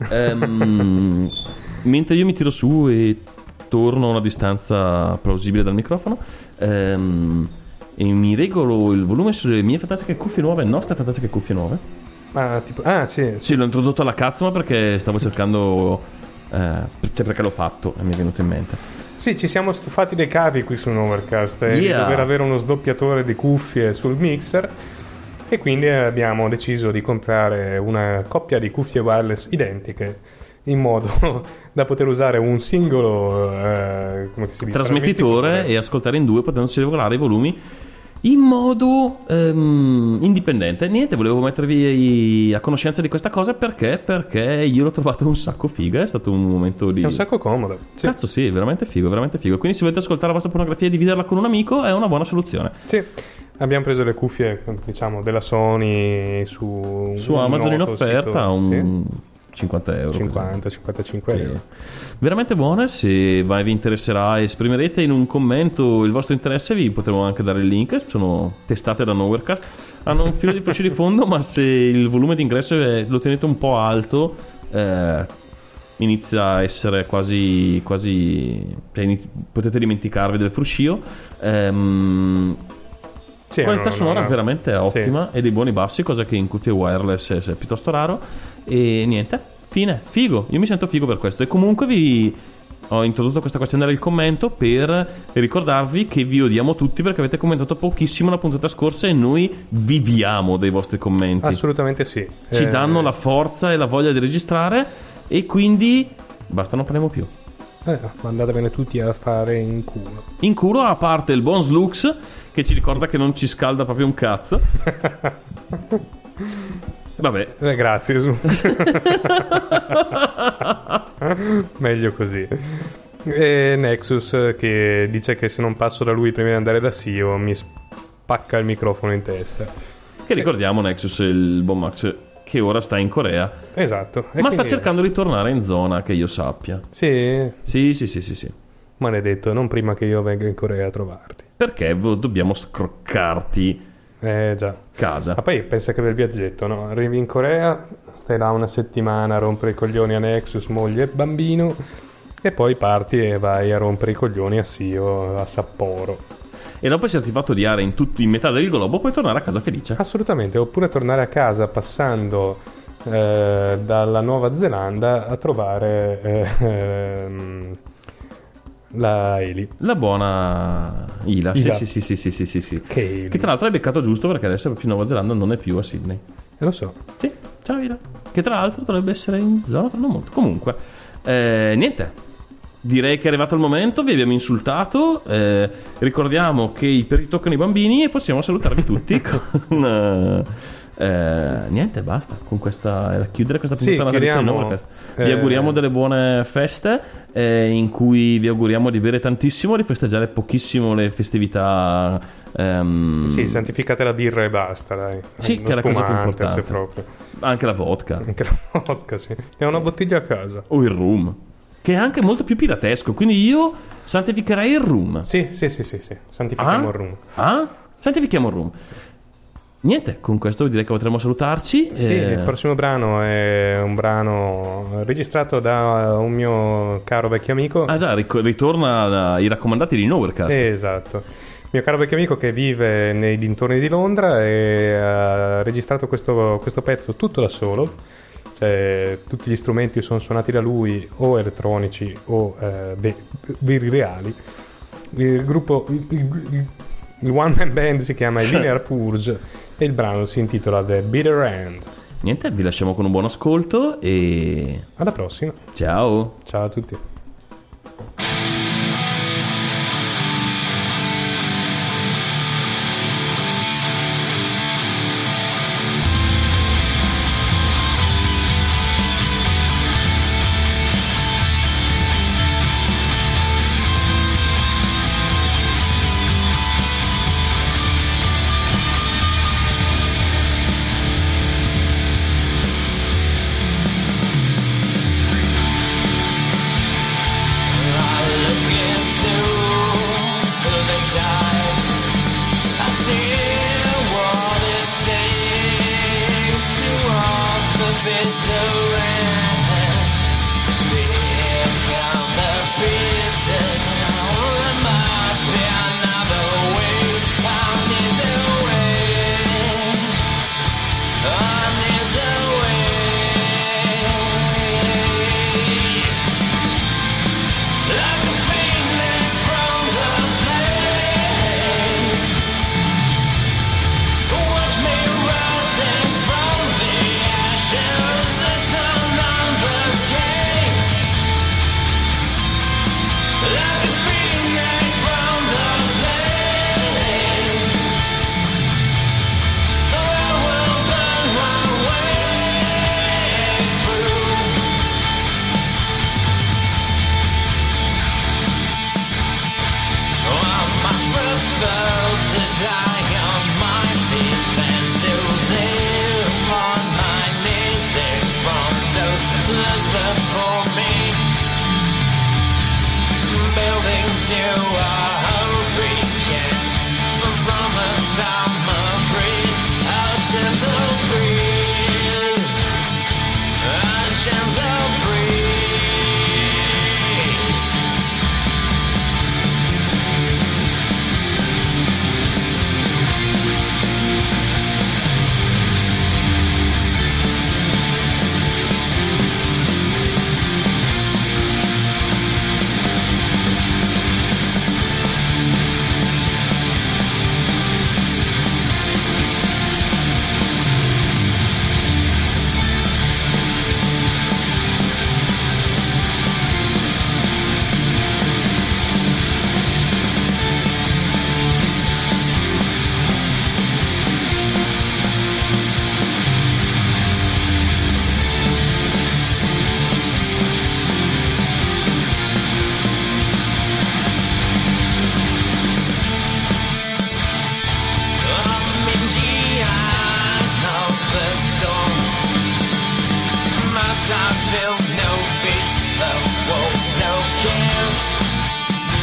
Ehm, mentre io mi tiro su e torno a una distanza plausibile dal microfono, ehm, e mi regolo il volume sulle mie fantastiche cuffie nuove, nostre fantastiche cuffie nuove. Ah, tipo, ah sì, sì. Sì, l'ho introdotto alla cazzo, ma perché stavo cercando, eh, cioè perché l'ho fatto e mi è venuto in mente. Sì, ci siamo stufati dei cavi qui su Overcast e yeah. di dover avere uno sdoppiatore di cuffie sul mixer, e quindi abbiamo deciso di comprare una coppia di cuffie wireless identiche, in modo da poter usare un singolo eh, come si dice, trasmettitore, trasmettitore e ascoltare in due, potendosi regolare i volumi in modo um, indipendente. Niente, volevo mettervi a conoscenza di questa cosa perché perché io l'ho trovato un sacco figa, è stato un momento di... È un sacco comodo. Sì. Cazzo sì, veramente figo, veramente figo. Quindi se volete ascoltare la vostra pornografia e dividerla con un amico è una buona soluzione. Sì. Abbiamo preso le cuffie, diciamo, della Sony su... Su Amazon in offerta a un... Sì. cinquanta euro, cinquanta cinquantacinque sì. euro, veramente buone. Se vi interesserà, esprimerete in un commento il vostro interesse, vi potremo anche dare il link. Sono testate da Nowherecast, hanno un filo di voce di fondo, ma se il volume d'ingresso è, lo tenete un po' alto, eh, inizia a essere quasi quasi cioè inizi, potete dimenticarvi del fruscio. ehm, sì, qualità no, sonora no, no. veramente ottima, sì. E dei buoni bassi, cosa che in cuffie wireless è, è piuttosto raro. E niente, fine, figo, io mi sento figo per questo. E comunque vi ho introdotto questa questione del commento per ricordarvi che vi odiamo tutti perché avete commentato pochissimo la puntata scorsa e noi viviamo dei vostri commenti. Assolutamente sì. Ci eh... danno la forza e la voglia di registrare, e quindi basta, non parliamo più. Eh, andatevene tutti a fare in culo. In culo, a parte il buon Slux che ci ricorda che non ci scalda proprio un cazzo. Vabbè, eh, grazie Slux. Meglio così. E Nexus che dice che se non passo da lui prima di andare da S I O mi spacca il microfono in testa. Che ricordiamo, Nexus, il buon Max, che ora sta in Corea. Esatto. E ma quindi... sta cercando di tornare in zona, che io sappia. Sì? Sì, sì, sì, sì, sì. Maledetto, non prima che io venga in Corea a trovarti. Perché vo- dobbiamo scroccarti Eh già. casa. Ma poi pensa che bel viaggetto, no? Arrivi in Corea, stai là una settimana a rompere i coglioni a Nexus, moglie e bambino, e poi parti e vai a rompere i coglioni a Sio, a Sapporo. E dopo esserti fatto odiare in, tutto, in metà del globo, puoi tornare a casa felice. Assolutamente, oppure tornare a casa passando eh, dalla Nuova Zelanda a trovare eh, ehm, la Eli. La buona Ila, Ila. Sì, sì, sì, sì, sì, sì, sì. Che Eli. Che tra l'altro hai beccato giusto perché adesso proprio Nuova Zelanda non è più a Sydney. Eh, lo so. Sì, ciao Ila. Che tra l'altro dovrebbe essere in zona tra non molto. Comunque, eh, niente. Direi che è arrivato il momento, vi abbiamo insultato, eh, ricordiamo che i perri toccano i bambini e possiamo salutarvi tutti con... eh, eh, niente, basta, con questa chiudere questa Sì, puntata chiudiamo, di Novafest. Vi eh, auguriamo delle buone feste, eh, in cui vi auguriamo di bere tantissimo, di festeggiare pochissimo le festività. ehm, Sì, santificate la birra e basta, dai. Sì, Uno che è la cosa più spumante, importante. se proprio. Anche la vodka Anche la vodka, sì. E una bottiglia a casa. o il rum, che è anche molto più piratesco, quindi io santificherei il rum. Sì, sì, sì, sì, sì. Santifichiamo Ah? il rum. Ah? Santifichiamo il rum. Niente, con questo direi che potremmo salutarci. Sì, Eh, il prossimo brano è un brano registrato da un mio caro vecchio amico. Ah già, ric- ritorna ai raccomandati di Nowherecast. Esatto. Mio caro vecchio amico che vive nei dintorni di Londra e ha registrato questo, questo pezzo tutto da solo. Cioè, tutti gli strumenti sono suonati da lui, o elettronici o eh, beh, veri reali. Il gruppo, il, il, il one man band si chiama Linear Purge e il brano si intitola The Bitter End. Niente, vi lasciamo con un buon ascolto e Alla prossima. ciao. Ciao a tutti. I feel no peace, the world so cares.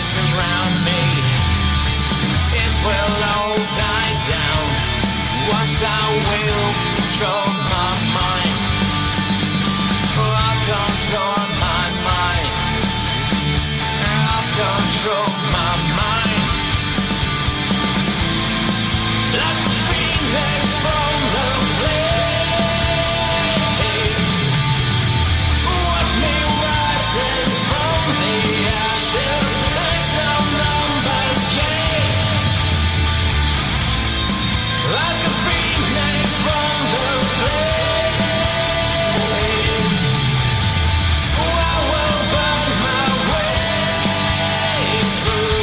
control my mind. Oh, I've control my mind. I've control my mind. Like a phoenix from the flame. Watch me rising from the ashes. Some numbers shake. Like a phoenix from the flame. I will burn my way through.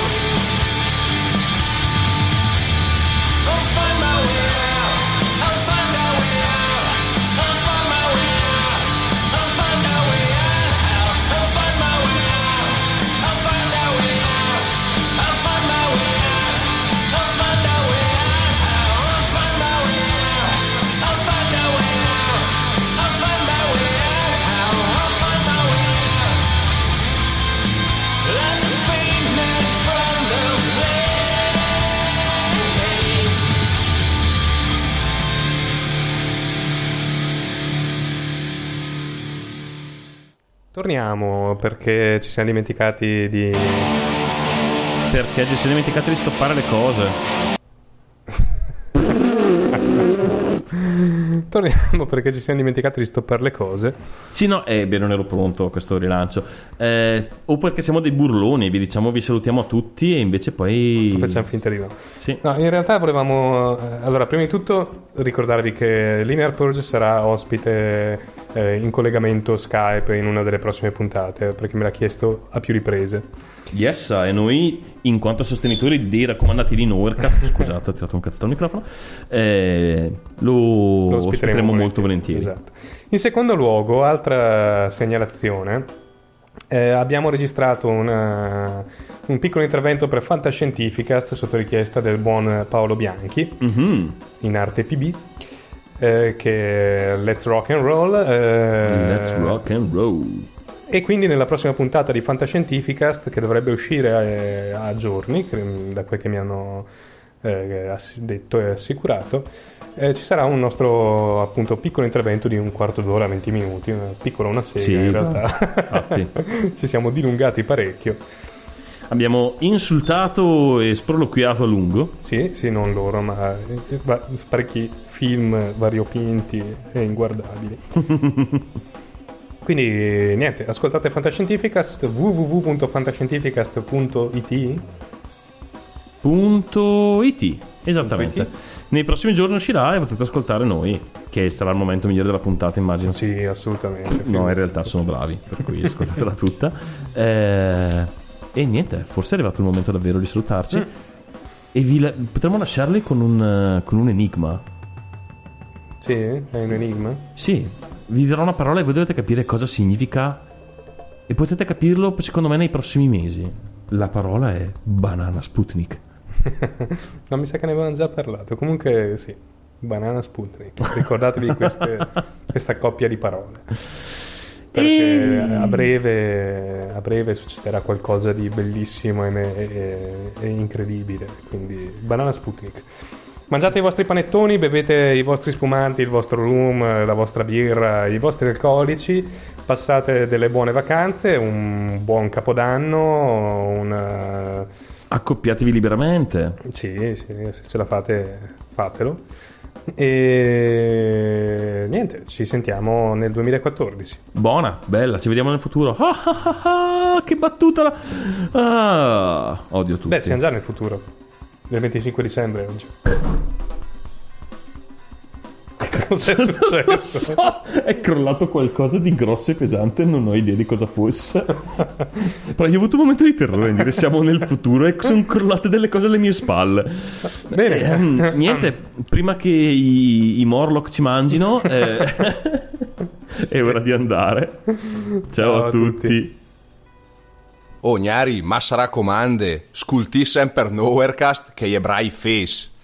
I'll find my way out. I'll find our way out. I'll find my way out. I'll find our way out. I'll find my way out. I'll find our way out. I'll find my way out. I'll find our way out. I'll find my way out. I'll find our way out. I'll find my way out. I'll find my way out. Like a phoenix from the flame. Torniamo perché ci siamo dimenticati di... Perché ci siamo dimenticati di stoppare le cose. Torniamo perché ci siamo dimenticati di stoppare le cose. Sì, no, eh, beh, non ero pronto a questo rilancio. Eh, o perché siamo dei burloni, vi diciamo vi salutiamo a tutti e invece poi... Facciamo finta di no. Sì. No, in realtà volevamo... eh, Allora, prima di tutto ricordarvi che Linear Purge sarà ospite eh, in collegamento Skype in una delle prossime puntate, perché me l'ha chiesto a più riprese. Yes, e noi, in quanto sostenitori dei raccomandati di Nowherecast, scusate, ho tirato un cazzo dal microfono, eh, lo, Lo ospiteremo molto volentieri. Esatto. In secondo luogo, altra segnalazione, eh, abbiamo registrato una, un piccolo intervento per Fantascientificast sotto richiesta del buon Paolo Bianchi, mm-hmm. in arte P B, eh, che è Let's Rock and Roll. eh, Let's rock and roll. E quindi nella prossima puntata di Fantascientificast, che dovrebbe uscire eh, a giorni, che- da quel che mi hanno eh, ass- detto e assicurato, eh, ci sarà un nostro appunto piccolo intervento di un quarto d'ora, venti minuti, una piccola una sega Sì, in realtà. infatti. Ci siamo dilungati parecchio. Abbiamo insultato e sproloquiato a lungo. Sì, sì, non loro, ma eh, va- parecchi film variopinti e inguardabili. Quindi niente, ascoltate Fantascientificast, w w w punto fantascientificast punto i t. Punto it, esattamente. Punto it. Nei prossimi giorni uscirà e potete ascoltare noi, che sarà il momento migliore della puntata, immagino. Sì, assolutamente. No, in realtà sono bravi, per cui ascoltatela tutta. Eh, e niente, forse è arrivato il momento davvero di salutarci. Mm. E vi la- potremmo lasciarli con un, con un enigma. Sì, è un enigma. Sì, vi darò una parola e voi dovete capire cosa significa. E potete capirlo, secondo me, nei prossimi mesi. La parola è Banana Sputnik. No, mi sa che ne avevamo già parlato. Comunque sì, Banana Sputnik. Ricordatevi queste, questa coppia di parole. Perché E- a breve, a breve succederà qualcosa di bellissimo e, e- e incredibile. Quindi Banana Sputnik. Mangiate i vostri panettoni, bevete i vostri spumanti, il vostro rum, la vostra birra, i vostri alcolici, passate delle buone vacanze, un buon capodanno, una... Accoppiatevi liberamente. Sì, sì, se ce la fate, fatelo. E niente, ci sentiamo nel duemilaquattordici. Buona, bella, ci vediamo nel futuro. Ah, ah, ah, ah, che battuta la... Ah, odio tutti. Beh, siamo già nel futuro. Del venticinque dicembre oggi. Cos'è Non successo? so, è crollato qualcosa di grosso e pesante, non ho idea di cosa fosse. Però io ho avuto un momento di terrore, dire siamo nel futuro e sono crollate delle cose alle mie spalle. Bene. Ehm, niente, prima che i, i Morlock ci mangino, eh, è ora di andare. Ciao, Ciao a a tutti. tutti. Oh, Gnari, ma sarà comande, sculti sempre Nowherecast che gli ebrai fes.